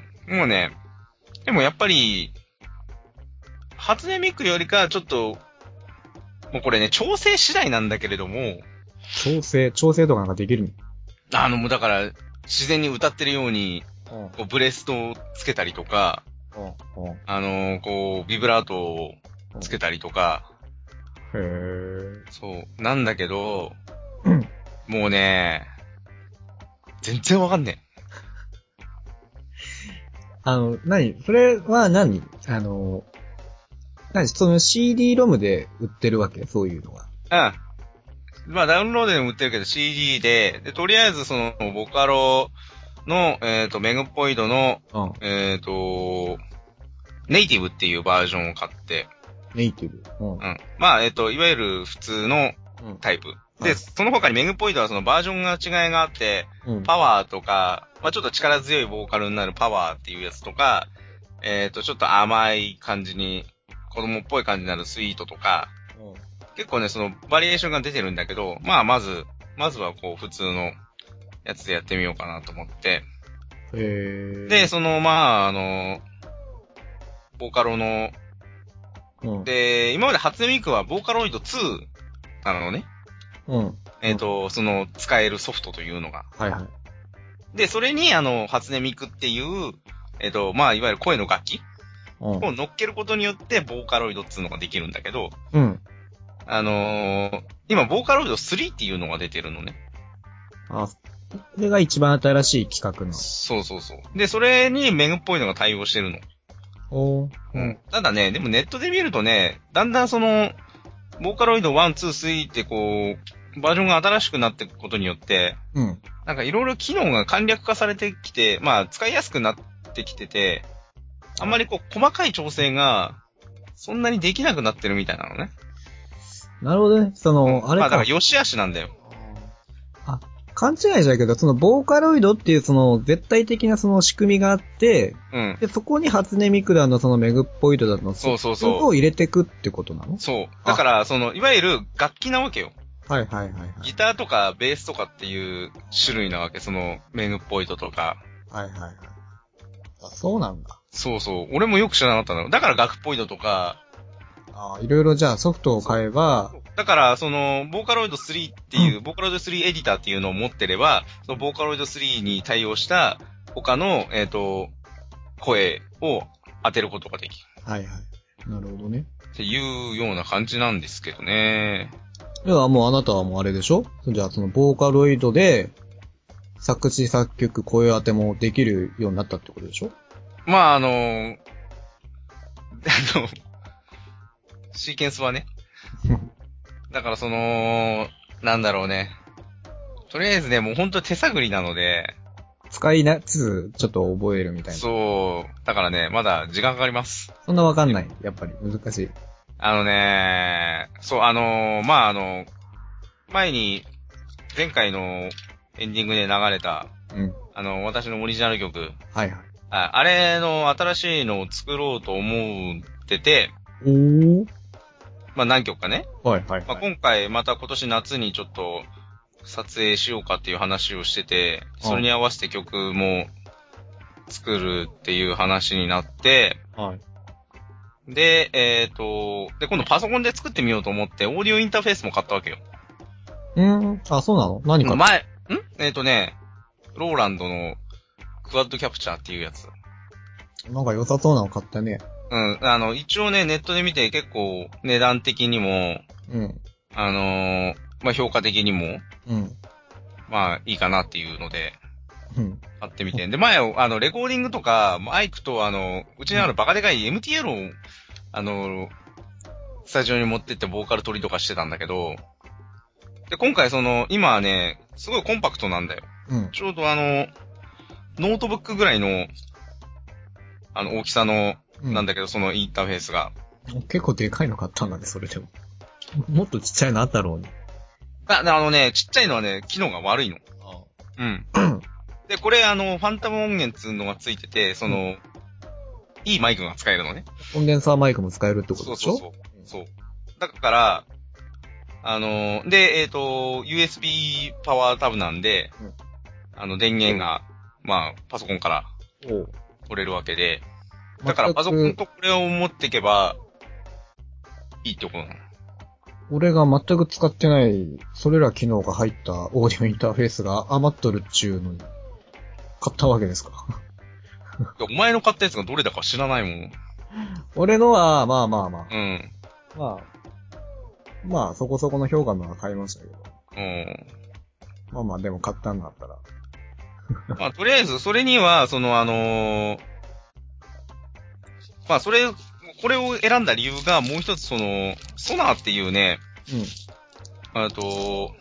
もうね、でもやっぱり、初音ミクよりかちょっと、もうこれね、調整次第なんだけれども。 調整、調整とかなんかできるの？あの、もうだから、自然に歌ってるように、こうブレストをつけたりとか、あのー、こう、ビブラートをつけたりとか。 へー。 そう。なんだけど、もうね、全然わかんねえ。 あの、何それは何あの、何その シーディー ロムで売ってるわけそういうのは。 うん。まあダウンロードでも売ってるけど シーディー で、で、とりあえずその、ボカロの、えっと、メグポイドの、うん、えっと、ネイティブっていうバージョンを買って。 ネイティブ、 うん、うん。まあ、えっと、いわゆる普通のタイプ。うん、で、はい、その他にメグポイドはそのバージョンが違いがあって、うん、パワーとか、まあちょっと力強いボーカルになるパワーっていうやつとか、えっと、ちょっと甘い感じに、子供っぽい感じになるスイートとか、うん、結構ね、そのバリエーションが出てるんだけど、まあまず、まずはこう普通のやつでやってみようかなと思って。へー。で、その、まあ、あの、ボーカロの、うん、で、今まで初音ミクはボーカロイドツーなのね。うん。えっと、その、使えるソフトというのが。はいはい。で、それに、あの、初音ミクっていう、えっと、まあ、いわゆる声の楽器を乗っけることによって、ボーカロイドっていうのができるんだけど、うん。 あのー、今、ボーカロイドスリーっていうのが出てるのね。 あ、それが一番新しい企画の。 そうそうそう。で、それにメグっぽいのが対応してるの。 おー。 うん。ただね、でもネットで見るとね、だんだんその、ボーカロイドワン、ツー、スリーってこう、バージョンが新しくなっていくことによって、 うん。 なんかいろいろ機能が簡略化されてきて、まあ使いやすくなってきてて、あんまりこう細かい調整がそんなにできなくなってるみたいなのね。 なるほどね。その、うん、あれか。 まあだから良し悪しなんだよ。 あ、勘違いじゃないけど、そのボーカロイドっていうその絶対的なその仕組みがあって、うん。で、そこに初音ミクラのそのメグっぽいとだの、 そうそうそう。 を入れてくってことなの？ そう。だから、その、いわゆる楽器なわけよ。 はいはいはい、はい。 ギターとかベースとかっていう種類なわけ、その、メグっぽいととか。 はいはいはい。あ、そうなんだ。 そうそう。俺もよく知らなかったの。だから楽っぽいのとか。 ああ、いろいろじゃあソフトを買えば。 だから、その、ボーカロイドスリーっていう、うん、ボーカロイドスリーエディターっていうのを持ってれば、そのボーカロイドスリーに対応した他の、えっと、声を当てることができる。 はいはい。なるほどね。 っていうような感じなんですけどね。 ではもうあなたはもうあれでしょ？じゃあそのボーカロイドで、作詞作曲声当てもできるようになったってことでしょ？ まああの、あの、シーケンスはね。だからその、なんだろうね。とりあえずね、もうほんと手探りなので。 使いなつつ、ちょっと覚えるみたいな。 そう。だからね、まだ時間かかります。 そんなわかんない。やっぱり難しい。 あのね、そう、あのー、まあ、あの、前に、前回のエンディングで流れた、うん。あの、私のオリジナル曲。はいはい。あ, あれの新しいのを作ろうと思ってて、おー。まあ、何曲かね。はいはい、はい。まあ、今回また今年夏にちょっと撮影しようかっていう話をしてて、それに合わせて曲も作るっていう話になって、はい。で、えっ、ー、と、で、今度パソコンで作ってみようと思って、オーディオインターフェースも買ったわけよ。 うーん。あ、そうなの？何買った？ 前、んえっ、ー、とね、ローランドのクワッドキャプチャーっていうやつ。 なんか良さそうなの買ったね。 うん。あの、一応ね、ネットで見て結構値段的にも、うん。あのー、まあ、評価的にも、うん。まあ、いいかなっていうので、うん。買ってみて。で、前、あの、レコーディングとか、マイクと、あの、うちにあるバカでかい エムティーエル を、あの、スタジオに持ってってボーカル取りとかしてたんだけど、で、今回その、今はね、すごいコンパクトなんだよ。うん。ちょうどあの、ノートブックぐらいの、あの、大きさの、うん、なんだけど、そのインターフェースが。 結構でかいの買ったんだね、それでも。もっとちっちゃいのあったろうに。 あ、あのね、ちっちゃいのはね、機能が悪いの。ああうん。で、これあの、ファンタム音源っていうのがついてて、その、うん、いいマイクが使えるのね。 コンデンサーマイクも使えるってことでしょ？ そうそうそう。そう。だから、あの、で、えっ、ー、と、ユーエスビー パワータブなんで、うん、あの、電源が、まあ、パソコンから取れるわけで、だからパソコンとこれを持っていけば、いいってことなの。 俺が全く使ってない、それら機能が入ったオーディオインターフェースが余っとるっちゅうのに、買ったわけですか。 お前の買ったやつがどれだか知らないもん。 俺のは、まあまあまあ。 うん。 まあ、まあそこそこの評価のは買いましたけど。うん。まあまあでも買ったんだったら。 まあとりあえずそれには、そのあのー、まあそれ、これを選んだ理由がもう一つその、ソナーっていうね、うん。あと、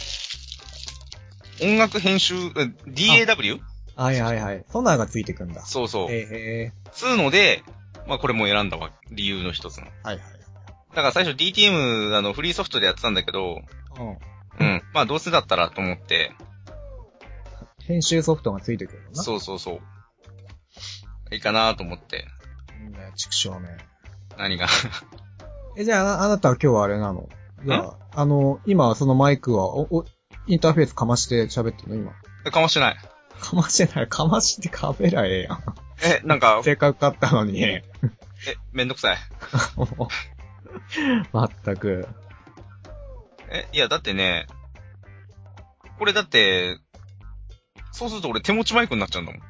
音楽編集、ディーエーダブリュー？ はいはいはい。ソナーがついてくんだ。 そうそう。へへー。つうので、まあこれも選んだ理由の一つの。はいはい。だから最初 ディーティーエム、あの、フリーソフトでやってたんだけど、うん。うん。まあどうせだったらと思って。 編集ソフトがついてくるのな。 そうそうそう。いいかなと思って。 ね、畜生ね。 何がえ、じゃあ、あなたは今日はあれなの？じゃあ、あの、今そのマイクは、お、お、インターフェースかまして喋ってんの今。 かましてない。 かましてない。かましてカメラええやん。 え、なんか。 せっかく買ったのに。え、 めんどくさい。 まったく。 え、いや、だってね、これだって、そうすると俺手持ちマイクになっちゃうんだもん。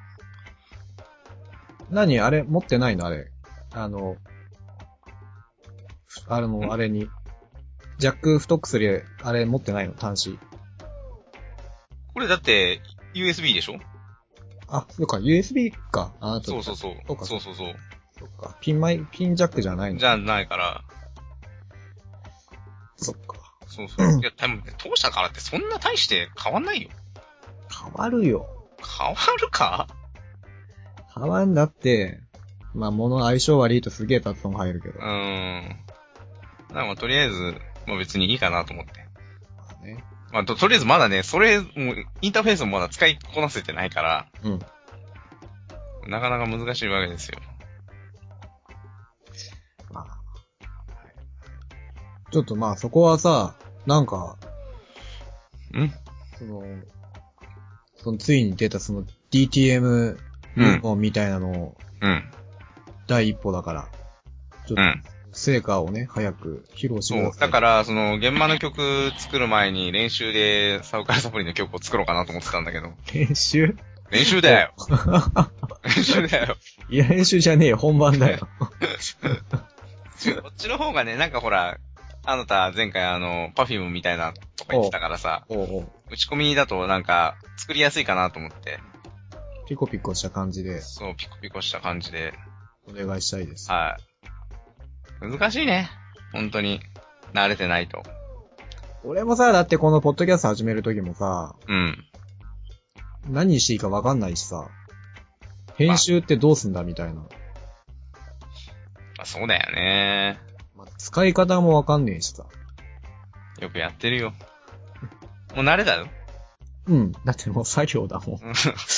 何あれ持ってないのあれ。あの、あの、あれに。 ジャック太くする、あれ持ってないの端子。 これだって、ユーエスビー でしょ？ あ、そうか、ユーエスビー か。あ、 そうそうそう。 そうか、 そうそうそう。 そうか。ピンマイ、ピンジャックじゃないの？ じゃないから。 そっか。 そうそう。いや、多分、当社からってそんな大して変わんないよ。 変わるよ。 変わるか？ 変わんだって、まあ、物相性悪いとすげえ雑音入るけど。うーん。まあ、まあ、とりあえず、まあ別にいいかなと思って。 まあね。 まあ、と、とりあえずまだね、それ、もう、インターフェースもまだ使いこなせてないから。 うん。 なかなか難しいわけですよ。 まあ。はい、ちょっとまあそこはさ、なんか、 んその、そのついに出たその ディーティーエム 入門みたいなのを、 うん。 第一歩だから、ちょっと、成果をね、早く披露してください。 そう。だから、その、現場の曲作る前に練習でサウカルサプリの曲を作ろうかなと思ってたんだけど。 練習？ 練習だよ。練習だよ。 いや、練習じゃねえよ、本番だよ。こっちの方がね、なんかほら、あなた前回あの、パフュームみたいなとか言ってたからさ、 おうおう打ち込みだとなんか作りやすいかなと思って。 ピコピコした感じで。 そう、ピコピコした感じで。 お願いしたいです。 はい。難しいね。本当に。慣れてないと。 俺もさ、だってこのポッドキャスト始めるときもさ、 うん。 何していいかわかんないしさ、編集ってどうすんだみたいな。まあ、そうだよね。 まあ、使い方もわかんねえしさ。 よくやってるよ。もう慣れたよ。 うん。だってもう作業だもん。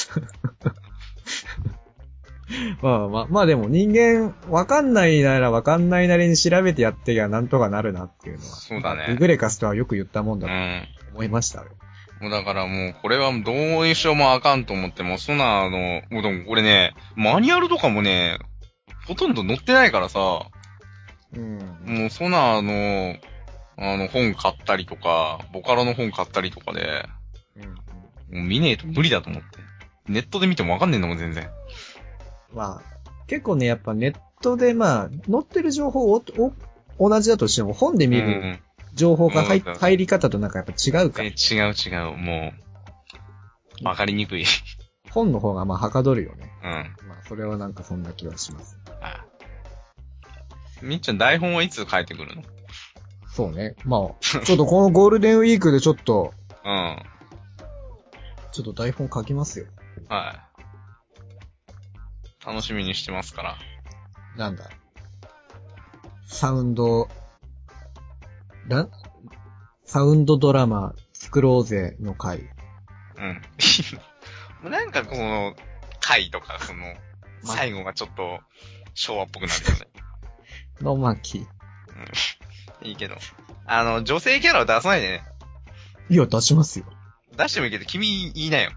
まあまあ、まあでも人間、わかんないならわかんないなりに調べてやってきゃなんとかなるなっていうのは。 そうだね。 ググレカスとはよく言ったもんだと思いましたよ。 うん、もうだからもう、これはどういうしようもあかんと思って、もうソナーの、もうでもこれね、マニュアルとかもね、ほとんど載ってないからさ、うん、もうソナーの、あの本買ったりとか、ボカロの本買ったりとかで、うん、もう見ねえと無理だと思って。ネットで見てもわかんねえんだもん、全然。 まあ、結構ね、やっぱネットでまあ、載ってる情報をお同じだとしても本で見る情報が 入,、うん、入り方となんかやっぱ違うから。 え、違う違う、もう、わかりにくい。 本の方がまあはかどるよね。 うん。 まあ、それはなんかそんな気はします。 ああ。みっちゃん台本はいつ書いてくるの？ そうね。まあ、ちょっとこのゴールデンウィークでちょっと、 うん。 ちょっと台本書きますよ。 はい。楽しみにしてますから。 なんだ。サウンド、な、サウンドドラマ作ろうぜの回。 うん。なんかこの回とか、その、最後がちょっと昭和っぽくなるよね。 の巻。 うん。いいけど。あの、女性キャラを出さないでね。 いや、出しますよ。 出してもいいけど、君言いなよ。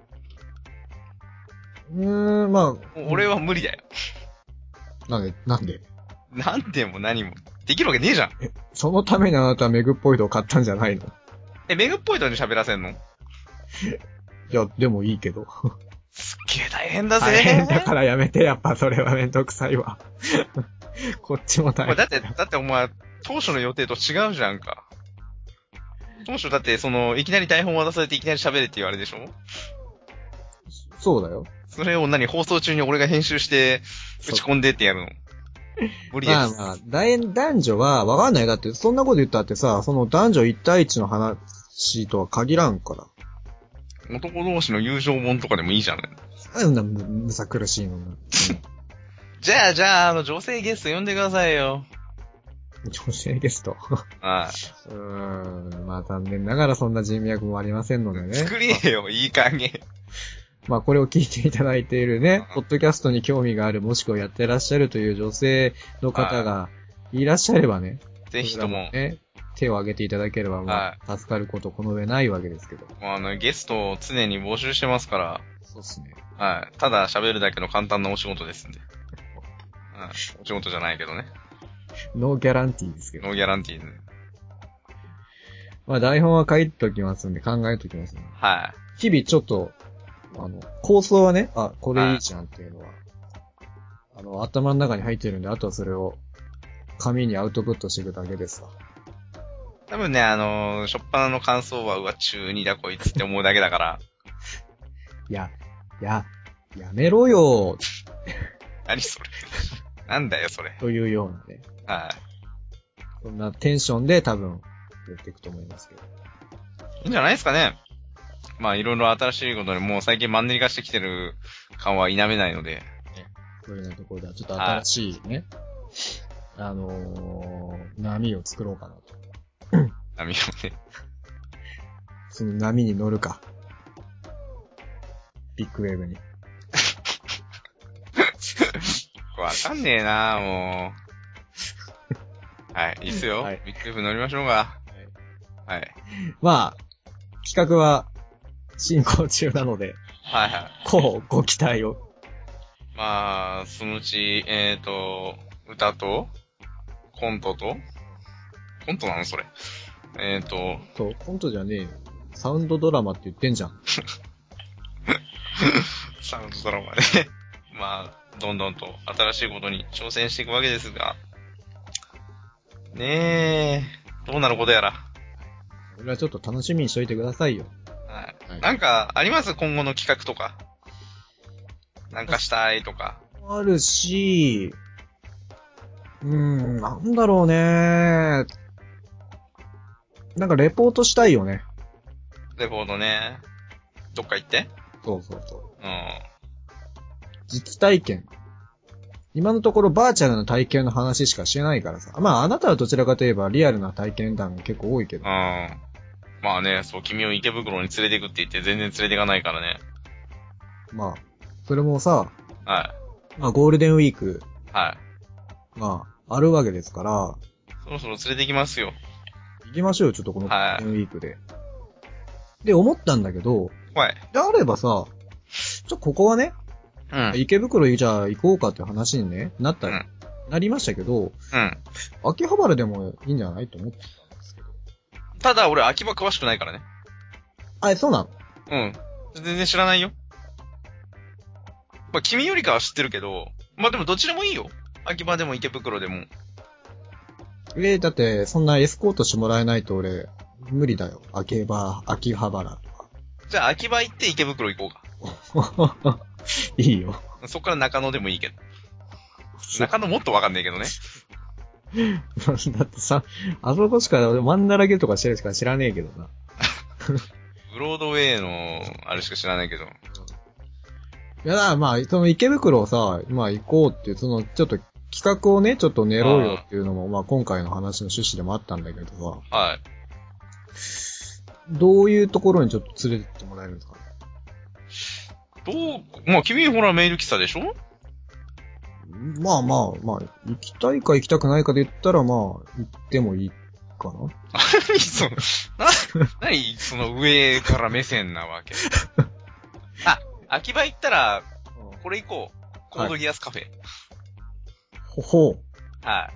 うーん、まあ。 俺は無理だよ。 なんで、なんでなんでも何も。できるわけねえじゃん。 え、そのためにあなたはメグっぽいと買ったんじゃないの？ え、メグっぽいとに喋らせんの？いや、でもいいけど。 すっげえ大変だぜ。 大変だからやめて、やっぱそれはめんどくさいわ。こっちも大変。 だって、だってお前、当初の予定と違うじゃんか。当初だって、その、いきなり台本渡されていきなり喋れって言われでしょ？ そうだよ。 それを何、放送中に俺が編集して、打ち込んでってやるの？無理です。 まあまあ、男女は、わかんない。だって、そんなこと言ったってさ、その男女一対一の話とは限らんから。 男同士の友情本とかでもいいじゃん。 そんな、む、むさ苦しいのな。 じゃあ、じゃあ、あの、女性ゲスト呼んでくださいよ。 女性ゲスト。 はい。 うーん、まあ残念ながらそんな人脈もありませんのでね。 作りねえよ、いい加減。 まあこれを聞いていただいているね、ポッドキャストに興味がある、もしくはやってらっしゃるという女性の方がいらっしゃればね。 ぜひとも。 ね、手を挙げていただければ、まあ、助かることこの上ないわけですけど。 あの、ゲストを常に募集してますから。 そうですね。 はい。ただ喋るだけの簡単なお仕事ですんで。はい。お仕事じゃないけどね。 ノーギャランティーですけど。 ノーギャランティーね。 まあ台本は書いておきますんで、考えておきますね。 はい。 日々ちょっと、あの、構想はね、あ、これいいじゃんっていうのは、はい、あの、頭の中に入ってるんで、あとはそれを紙にアウトプットしていくだけですわ。 多分ね、あのー、しょっぱなの感想は、うわ、中二だこいつって思うだけだから。 いや、いや、やめろよ。 何それ。なんだよ、それ。 というようなね。 はい。 そんなテンションで多分、やっていくと思いますけど。 いいんじゃないですかね。まあ、いろいろ新しいことに、もう最近マンネリ化してきてる感は否めないので。 ね、そういうようなところでは、ちょっと新しいね、あのー、波を作ろうかなと。 波をね。 その波に乗るか。ビッグウェーブに。 わかんねえなもう。はい、いいっすよ。はい、ビッグウェーブ乗りましょうか。はい。はい。 まあ、企画は進行中なので。 はいはい。 こう、ご期待を。 まあ、そのうち、えーと、歌と、コントと、コントなのそれ。えーと。 そう、コントじゃねえよ。サウンドドラマって言ってんじゃん。 サウンドドラマね。まあ、どんどんと新しいことに挑戦していくわけですが。ねえ、どうなることやら。 これはちょっと楽しみにしといてくださいよ。 はい。はい、なんか、あります今後の企画とか。なんかしたいとか。 あるし、うーん、なんだろうね。なんかレポートしたいよね。 レポートね。どっか行ってそうそうそう。 うん。 実体験。今のところバーチャルな体験の話しかしてないからさ。まああなたはどちらかといえばリアルな体験談が結構多いけど。 うん。まあね、そう、君を池袋に連れて行くって言って全然連れて行かないからね。 まあ、それもさ、 はい。 まあゴールデンウィーク。 はい。 まあ、あるわけですから。 そろそろ連れて行きますよ。 行きましょうよ、ちょっとこのゴールデンウィークで。はい、で、思ったんだけど。 はい。 であればさ、ちょ、ここはね、うん。池袋じゃあ行こうかって話にね、なったり、うん、なりましたけど、うん。秋葉原でもいいんじゃないと思ってたんですけど。 ただ俺秋葉詳しくないからね。 あ、え、そうなの？ うん。全然知らないよ。まあ、君よりかは知ってるけど、まあでもどちらもいいよ。秋葉でも池袋でも。 えー、だって、そんなエスコートしてもらえないと俺、無理だよ。秋葉、秋葉原とか。 じゃあ秋葉行って池袋行こうか。いいよ。 そっから中野でもいいけど。中野もっとわかんないけどね。 だってさ、あそこしか俺マンだらけとかしてるしか知らねえけどな。 ブロードウェイの、あれしか知らないけど。 いやだ、まあ、その池袋をさ、まあ行こうっていう、その、ちょっと企画をね、ちょっと練ろうよっていうのも、まあ今回の話の趣旨でもあったんだけどさ。はい。どういうところにちょっと連れてってもらえるんですかね。 どう、まあ君ほらメール喫茶でしょ？ まあまあ、まあ、行きたいか行きたくないかで言ったら、まあ、行ってもいいかな。 何その、な、何その上から目線なわけ。あ、秋葉行ったら、これ行こう。コードギアスカフェ。はい、 ほほう。 はい。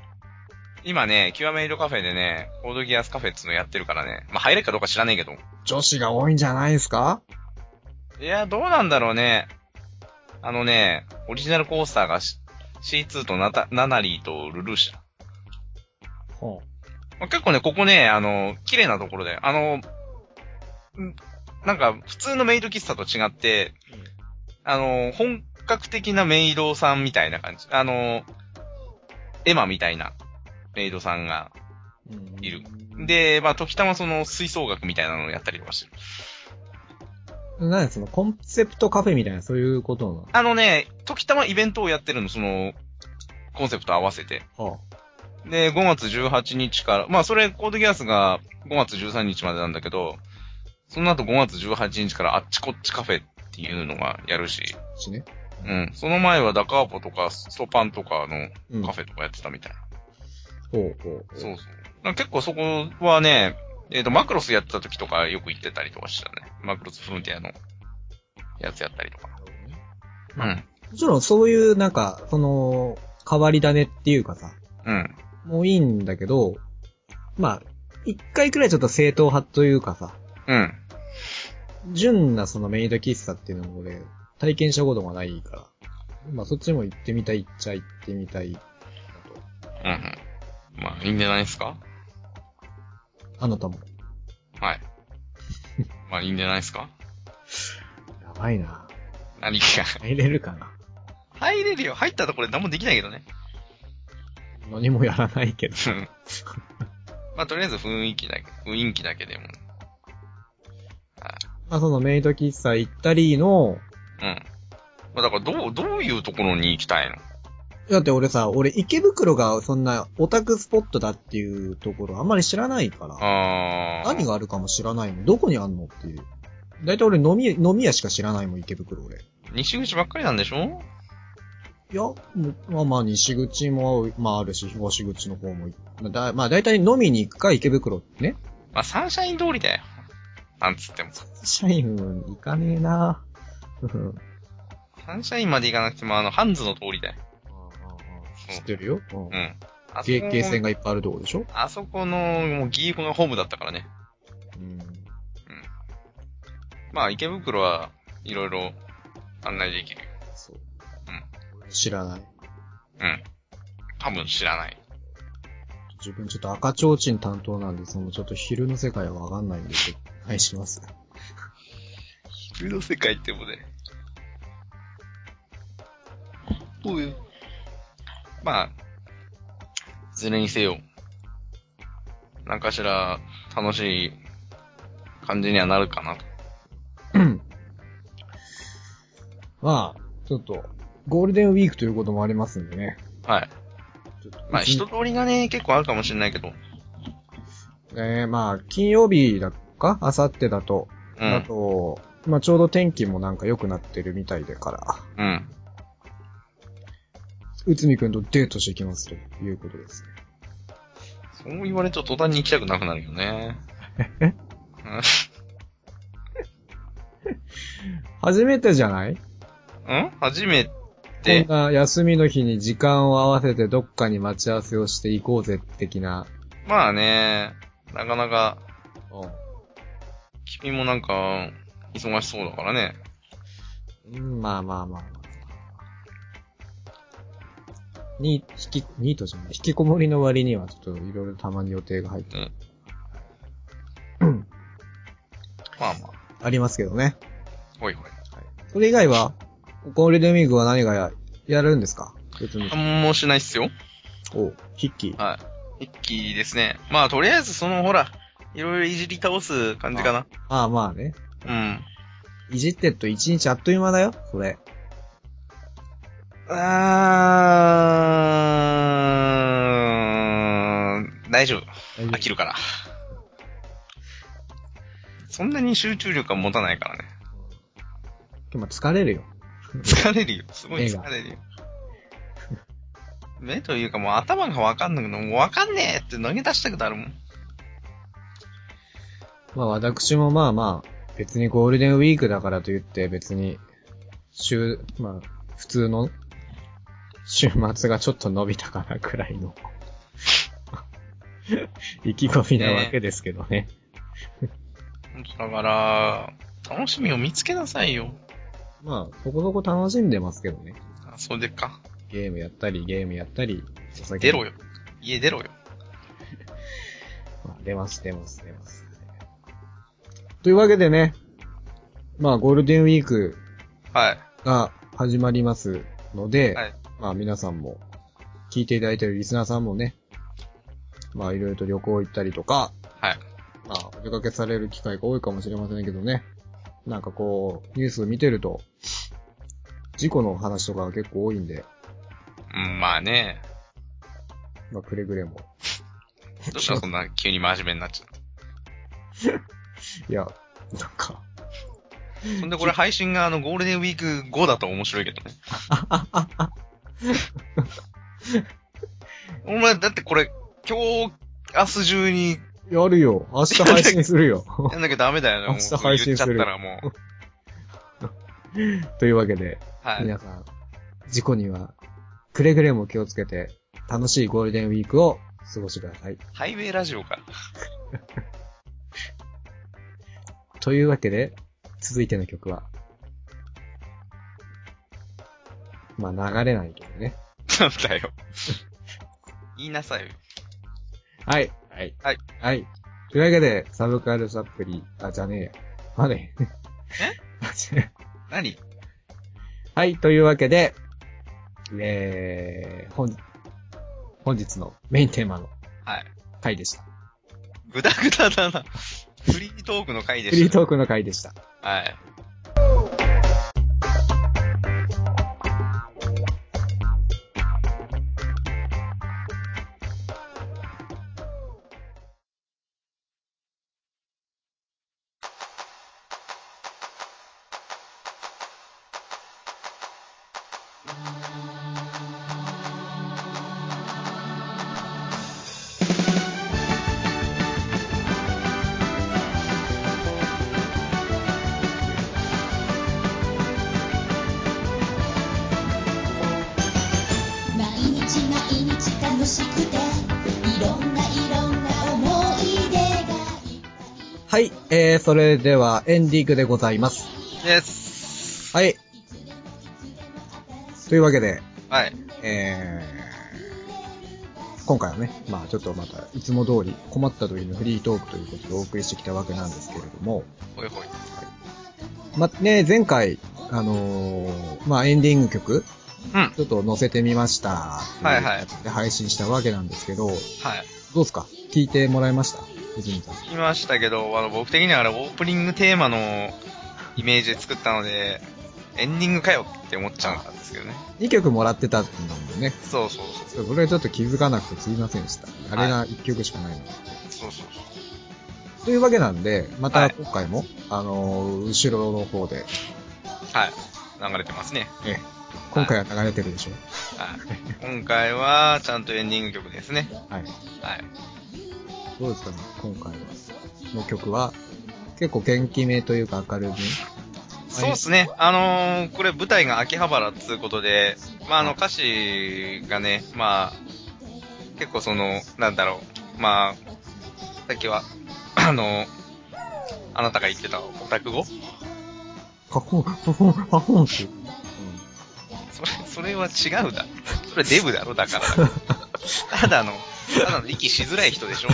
今ね、キュアメイドカフェでね、コードギアスカフェっつうのやってるからね。まあ入れるかどうか知らねえけど。 女子が多いんじゃないですか？いや、どうなんだろうね。あのね、オリジナルコースターが シーツー とナタナナリーとルルーシャ。ほう。まあ、結構ね、ここね、あの、綺麗なところで、あの、なんか、普通のメイド喫茶と違って、うん、あの、本格的なメイドさんみたいな感じ。あの、エマみたいなメイドさんがいる。うん、で、まあ、時たまその吹奏楽みたいなのをやったりとかしてる。 何そのコンセプトカフェみたいなそういうことなの？ あのね、時たまイベントをやってるの、その、コンセプト合わせて。はあ、で、ごがつじゅうはちにちから、まあそれコードギアスがごがつじゅうさんにちまでなんだけど、その後ごがつじゅうはちにちからあっちこっちカフェっていうのがやるし。しね。うん。その前はダカーポとかストパンとかのカフェとかやってたみたいな。うん、ほうほうほう。そうそう。結構そこはね、えっと、マクロスやってた時とかよく行ってたりとかしたね。マクロスフロンティアのやつやったりとか。 うん。もちろんそういうなんか、その、変わり種っていうかさ。うん。もういいんだけど、まあ、一回くらいちょっと正統派というかさ。うん。純なそのメイド喫茶っていうのも俺、体験したことがないから。まあそっちも行ってみたいっちゃ行ってみたいなと。 うん。まあいいんじゃないですか？ あなたも。 はい。まあいいんじゃないですか。 やばいな。 何が入れるかな。 入れるよ。入ったところで何もできないけどね。 何もやらないけど。 まあとりあえず雰囲気だけ、雰囲気だけでも。 まあそのメイド喫茶行ったりの、 うん。まあだからどう、どういうところに行きたいの？ だって俺さ、俺池袋がそんなオタクスポットだっていうところあんまり知らないから。 あ何があるかも知らないもん。どこにあんのっていう。だいたい俺飲み、飲み屋しか知らないもん、池袋俺。 西口ばっかりなんでしょ？ いや、まあまあ西口も、まああるし、東口の方も、まあだ、まあだいたい飲みに行くか池袋ってね。 まあサンシャイン通りだよ。なんつっても。 サンシャイン行かねえなサンシャインまで行かなくてもあの、ハンズの通りだよ。 知ってるよ。 うん。うん。 あそこゲーセンがいっぱいあるとこでしょ？ あそこの、もうギーコがホームだったからね。 うん。うん。 まあ池袋はいろいろ案内できる。 そう。 うん。 知らない。 うん。多分知らない。 自分ちょっと赤ちょうちん担当なんで、そのちょっと昼の世界はわかんないんで、ちょっとお願いします。 昼の世界ってもね。どういうまあ、いずれにせよ、なんかしら楽しい感じにはなるかなと。 うん。まあ、ちょっと、ゴールデンウィークということもありますんでね。 はい。まあ、一通りがね、結構あるかもしれないけど。 ねえ、まあ、金曜日だっか明後日だと。うん。あと、まあ、ちょうど天気もなんか良くなってるみたいでから。うん。うつみくんとデートしてきますということですね。 そう言われると途端に行きたくなくなるよね。え初めてじゃない？ん初めて。 こんな休みの日に時間を合わせてどっかに待ち合わせをして行こうぜ的な。 まあね、なかなか、うん、君もなんか、忙しそうだからね。 うん、まあまあまあ。ニー、引き、ニートじゃない。引きこもりの割にはちょっといろいろたまに予定が入ってる。うん。まあまあ。ありますけどね。 ほいほい。はい。 それ以外は、ゴールデンウィークは何がや、やるんですか？別に。 なんもしないっすよ。 お、筆記。 はい。筆記ですね。まあとりあえずそのほら、いろいろいじり倒す感じかな。 ああ、まあね。 うん。 いじってっと一日あっという間だよ、それ。 あー、大丈夫。大丈夫。飽きるから。そんなに集中力は持たないからね。 でも疲れるよ。 疲れるよ。すごい疲れるよ。目というかもう頭がわかんなくて、もうわかんねえって投げ出したくなるもん。 まあ私もまあまあ、別にゴールデンウィークだからと言って別に、週、まあ、普通の週末がちょっと伸びたかなくらいの意気込みなわけですけどね。 だから、楽しみを見つけなさいよ。 まあ、そこそこ楽しんでますけどね。 あ、それでか。 ゲームやったり、ゲームやったり、 出ろよ。家出ろよ。 まあ、出ます、出ます、出ます。というわけでね、まあ、ゴールデンウィークが始まりますので、はい、まあ、皆さんも、聞いていただいているリスナーさんもね、まあ、いろいろと旅行行ったりとか、はい。まあ、お出かけされる機会が多いかもしれませんけどね、なんかこう、ニュース見てると、事故の話とかが結構多いんで。 うん、まあね。 まあ、くれぐれも。 どうしたらそんな急に真面目になっちゃったいや、なんか。 そんでこれ配信があのゴールデンウィーク後だと面白いけどね。お前だってこれ今日、明日中に。 やるよ。明日配信するよ。 やんなきゃダメだよね。 明日配信する。 言っちゃったらもう。 というわけで、はい、皆さん、事故にはくれぐれも気をつけて、楽しいゴールデンウィークを過ごしてください。 ハイウェイラジオか。 というわけで、続いての曲は、まあ流れないけどね。 なんだよ。言いなさいよ。 はい。はい。 はい。 はい。 というわけで、サブカルサプリ、あ、じゃねえや。まだえ何はい、というわけで、えー、本、本日のメインテーマの回でした。 ぐだぐだだな。フリートークの回でした、 ね。フリートークの回でした。 はい。 はい、えー、それではエンディングでございます。 です。 はい。というわけで、 はい。 えー、今回はね、まあちょっとまたいつも通り困った時のフリートークということでお送りしてきたわけなんですけれども。 ほいほい。はい。 まあね、前回、あのー、まあエンディング曲、うん、ちょっと載せてみました。 はいはい。 で配信したわけなんですけど、はい。どうですか？聞いてもらいました？ 聞きましたけど、あの、僕的にはあれオープニングテーマのイメージで作ったので、エンディングかよって思っちゃうんですけどね。 にきょくもらってたんだもんね。 そうそうそう。 それはちょっと気づかなくてすいませんでした。あれがいっきょくしかないので、はい。 そうそうそう。 というわけなんで、また今回も、はい、あのー、後ろの方で。 はい。流れてますね。 ええ。今回は流れてるでしょ。 はい。今回は、ちゃんとエンディング曲ですね。 はい。 はい。 どうですかね、今回の曲は。結構元気めというか明るめ。 そうですね。あのー、これ舞台が秋葉原っつうことで、まあ、あの歌詞がね、まあ、結構その、なんだろう、まあ、さっきは、あの、あなたが言ってたオタク語パフォン、パフォン、パフォンって。うん。 それ、それは違うだ。それデブだろ、だからだ。ただの、ただの息しづらい人でしょ。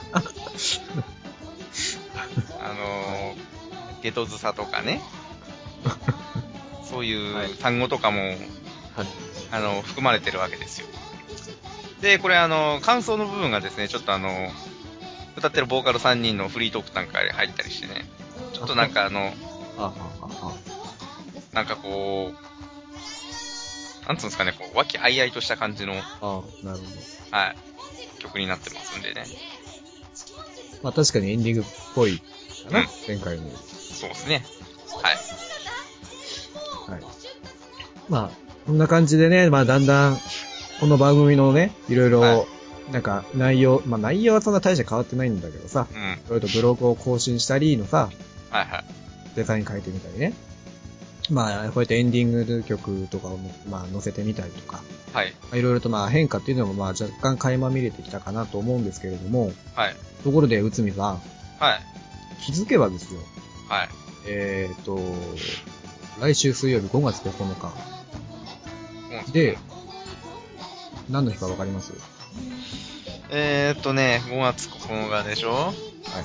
あのー、ゲトズサとかね。そういう単語とかも、はい、あの、含まれてるわけですよ。で、これあの、感想の部分がですね、ちょっとあの、歌ってるボーカルさんにんのフリートークなんかに入ったりしてね、ちょっとなんかあの、あなんかこう、なんつうんですかね、こう、和気あいあいとした感じの、 あなるほど。はい、 曲になってますんでね。 まあ確かにエンディングっぽいかな、うん、前回の。 そうですね。はい。 はい。まあ、こんな感じでね、まあだんだん、この番組のね、いろいろ、はい、なんか内容、まあ内容はそんな大して変わってないんだけどさ、うん、いろいろとブログを更新したりのさ、 はいはい。 デザイン書いてみたりね。まあ、こうやってエンディング曲とかを、まあ、載せてみたりとか。 はい。 いろいろとまあ変化っていうのもまあ若干垣間見れてきたかなと思うんですけれども。 はい。 ところで、内海さん。 はい。 気づけばですよ。 はい。 えーと、来週水曜日ごがつここのか。で、何の日かわかります？ えーっとね、ごがつここのかでしょ？はい。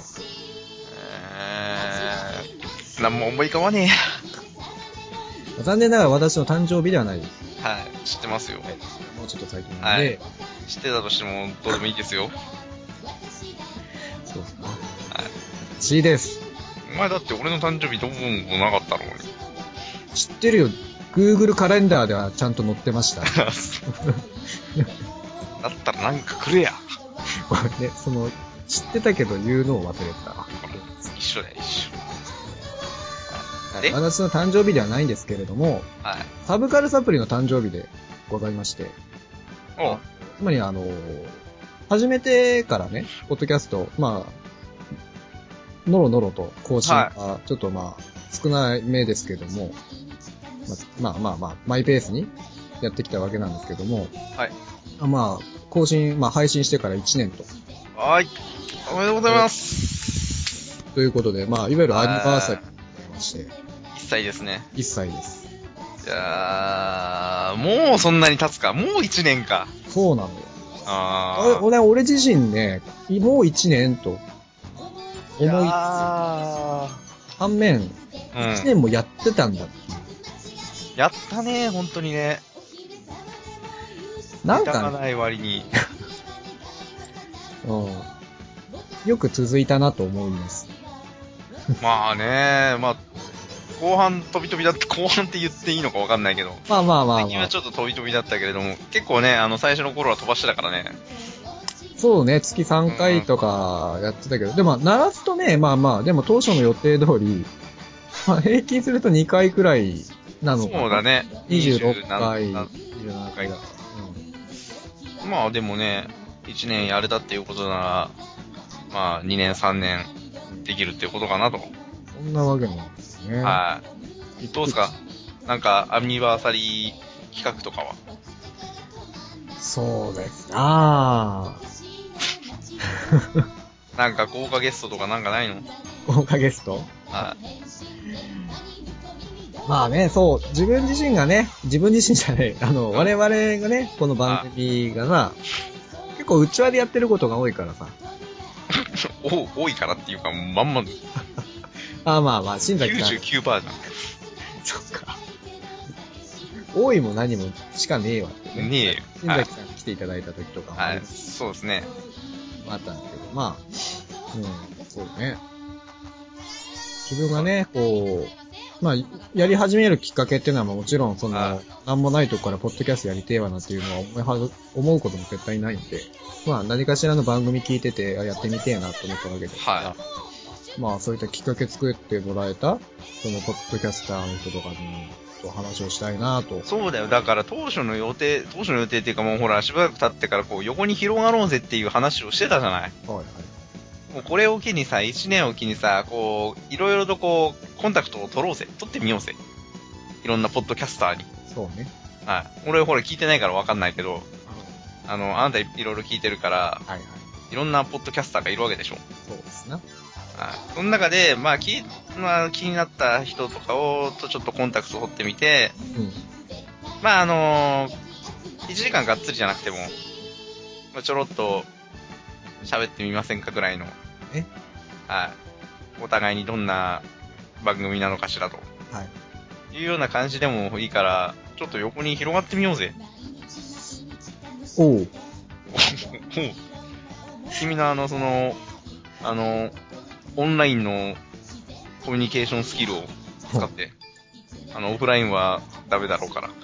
えー、なんも思い浮かばねえや。 残念ながら私の誕生日ではないです。 はい、知ってますよ。はい、 もうちょっと最近なんで、はい。 知ってたとしてもどうでもいいですよ。 そうですか。はい。C です。 お前だって俺の誕生日どうもなかったのに。 知ってるよ。Google カレンダーではちゃんと載ってました。だったらなんかくれや。 これね、その、知ってたけど言うのを忘れた。 一緒だよ、一緒。 私の誕生日ではないんですけれども、はい、サブカルサプリの誕生日でございまして、おつまりあの、始めてからね、ポッドキャスト、まあ、のろのろと更新がちょっとまあ、少ないめですけども、まあまあまあ、マイペースにやってきたわけなんですけども、はい。まあ、更新、まあ配信してからいちねんと。 はい。おめでとうございます。 ということで、まあ、いわゆるアニバーサリーでございまして。 いっさいですね。 いっさいです。 いやー、もうそんなに経つか。もういちねんか。 そうなのよ。あ俺、俺自身ね、もういちねんと思いつつ、反面、うん、いちねんもやってたんだっていう。 やったね、ほんとにね。 なんか、 ね、がない割に。 うん。よく続いたなと思います。 まあね、まあ、後半飛び飛びだって、後半って言っていいのかわかんないけど。 まあまあまあ、まあ。 最近はちょっと飛び飛びだったけれども、結構ね、あの、最初の頃は飛ばしてたからね。 そうね、月さんかいとかやってたけど、うん、でも、鳴らすとね、まあまあ、でも当初の予定通り、まあ平均するとにかいくらいなのかな。 そうだね。 にじゅうろっかい、にじゅうななかいだから。 うん、まあでもね、いちねんやれたっていうことなら、まあにねんさんねんできるっていうことかなと。 そんなわけなんですね。 はい。どうすか？なんかアニバーサリー企画とかは？ そうですなぁ。 なんか豪華ゲストとかなんかないの？ 豪華ゲスト？ はい。 まあね、そう、自分自身がね、自分自身じゃない、あの、うん、我々がね、この番組がさ、結構内輪でやってることが多いからさ。 お、多いからっていうか、まんま。 あまあまあ、新崎さん。 きゅうじゅうきゅうパーセントじゃん。そっか。多いも何もしかねえわってね。 ねえよ。 新崎さん来ていただいた時とかも、 はい。そうですね。 あったんですけど、まあ、うん、そうね。自分がね、こう、まあ、やり始めるきっかけっていうのはもちろん、その、なんもないとこからポッドキャストやりてえわなっていうのは思いはず、思うことも絶対ないんで、まあ、何かしらの番組聞いてて、やってみてえなと思ったわけですから、はい、まあ、そういったきっかけ作ってもらえた、その、ポッドキャスターの人とかに、と話をしたいなと。 そうだよ。だから当初の予定、当初の予定っていうかもうほら、しばらく経ってからこう、横に広がろうぜっていう話をしてたじゃない。はいはい。もうこれを機にさ、一年を機にさ、こう、いろいろとこう、コンタクトを取ろうぜ。取ってみようぜ。いろんなポッドキャスターに。 そうね。 はい。俺ほら聞いてないからわかんないけど、あの、あなたいろいろ聞いてるから、はいはい。いろんなポッドキャスターがいるわけでしょ。 そうですな。 はい。その中で、まあ、気、まあ、気になった人とかを、とちょっとコンタクト取ってみて、うん。まあ、あのー、いちじかんがっつりじゃなくても、まあ、ちょろっと、喋ってみませんかぐらいの。え？はい。お互いにどんな番組なのかしらと。はい。いうような感じでもいいから、ちょっと横に広がってみようぜ。 おう。 君のあの、その、あの、オンラインのコミュニケーションスキルを使って、あの、オフラインはダメだろうから。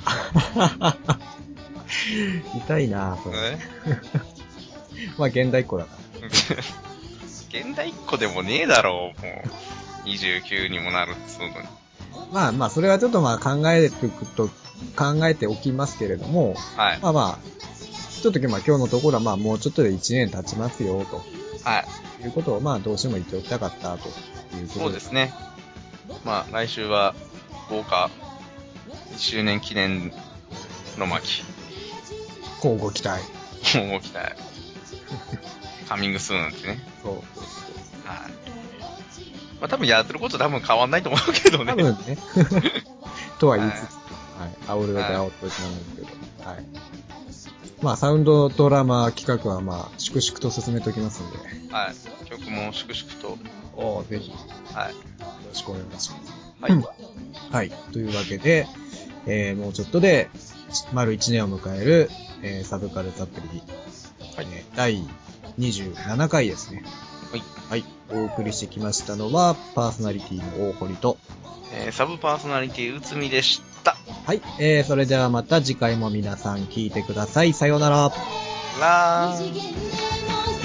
痛いなぁ、それ。まあ、現代っ子だから。 現代っ子でもねえだろう、もう。にじゅうきゅうにもなるっつうのに。 まあまあ、それはちょっとまあ考えておくと、考えておきますけれども、はい。まあまあ、ちょっとまあ今日のところはまあもうちょっとでいちねん経ちますよ、と。はい。いうことをまあどうしても言っておきたかったということで。 そうですね。まあ来週は豪華いっしゅうねん記念の巻。 乞うご期待。 乞うご期待。カミングスーンってね。そうそうそう。はい。まあ多分やってること多分変わんないと思うけどね。 多分ね。とは言いつつ、はい。煽るだけ煽っといてなんですけど。はい。まあサウンドドラマ企画はまあ粛々と進めておきますんで。 はい。曲も粛々と。 おー、ぜひ。 はい。よろしくお願いします。はい。はい。というわけで、えー、もうちょっとで、丸いちねんを迎える、えー、サブカルザプリ、はい、えー、だいにじゅうななかいですね。はい。はい。お送りしてきましたのは、パーソナリティの大堀と、 えー、サブパーソナリティうつみでした。 はい。えー、それではまた次回も皆さん聞いてください。さようなら。 ラー。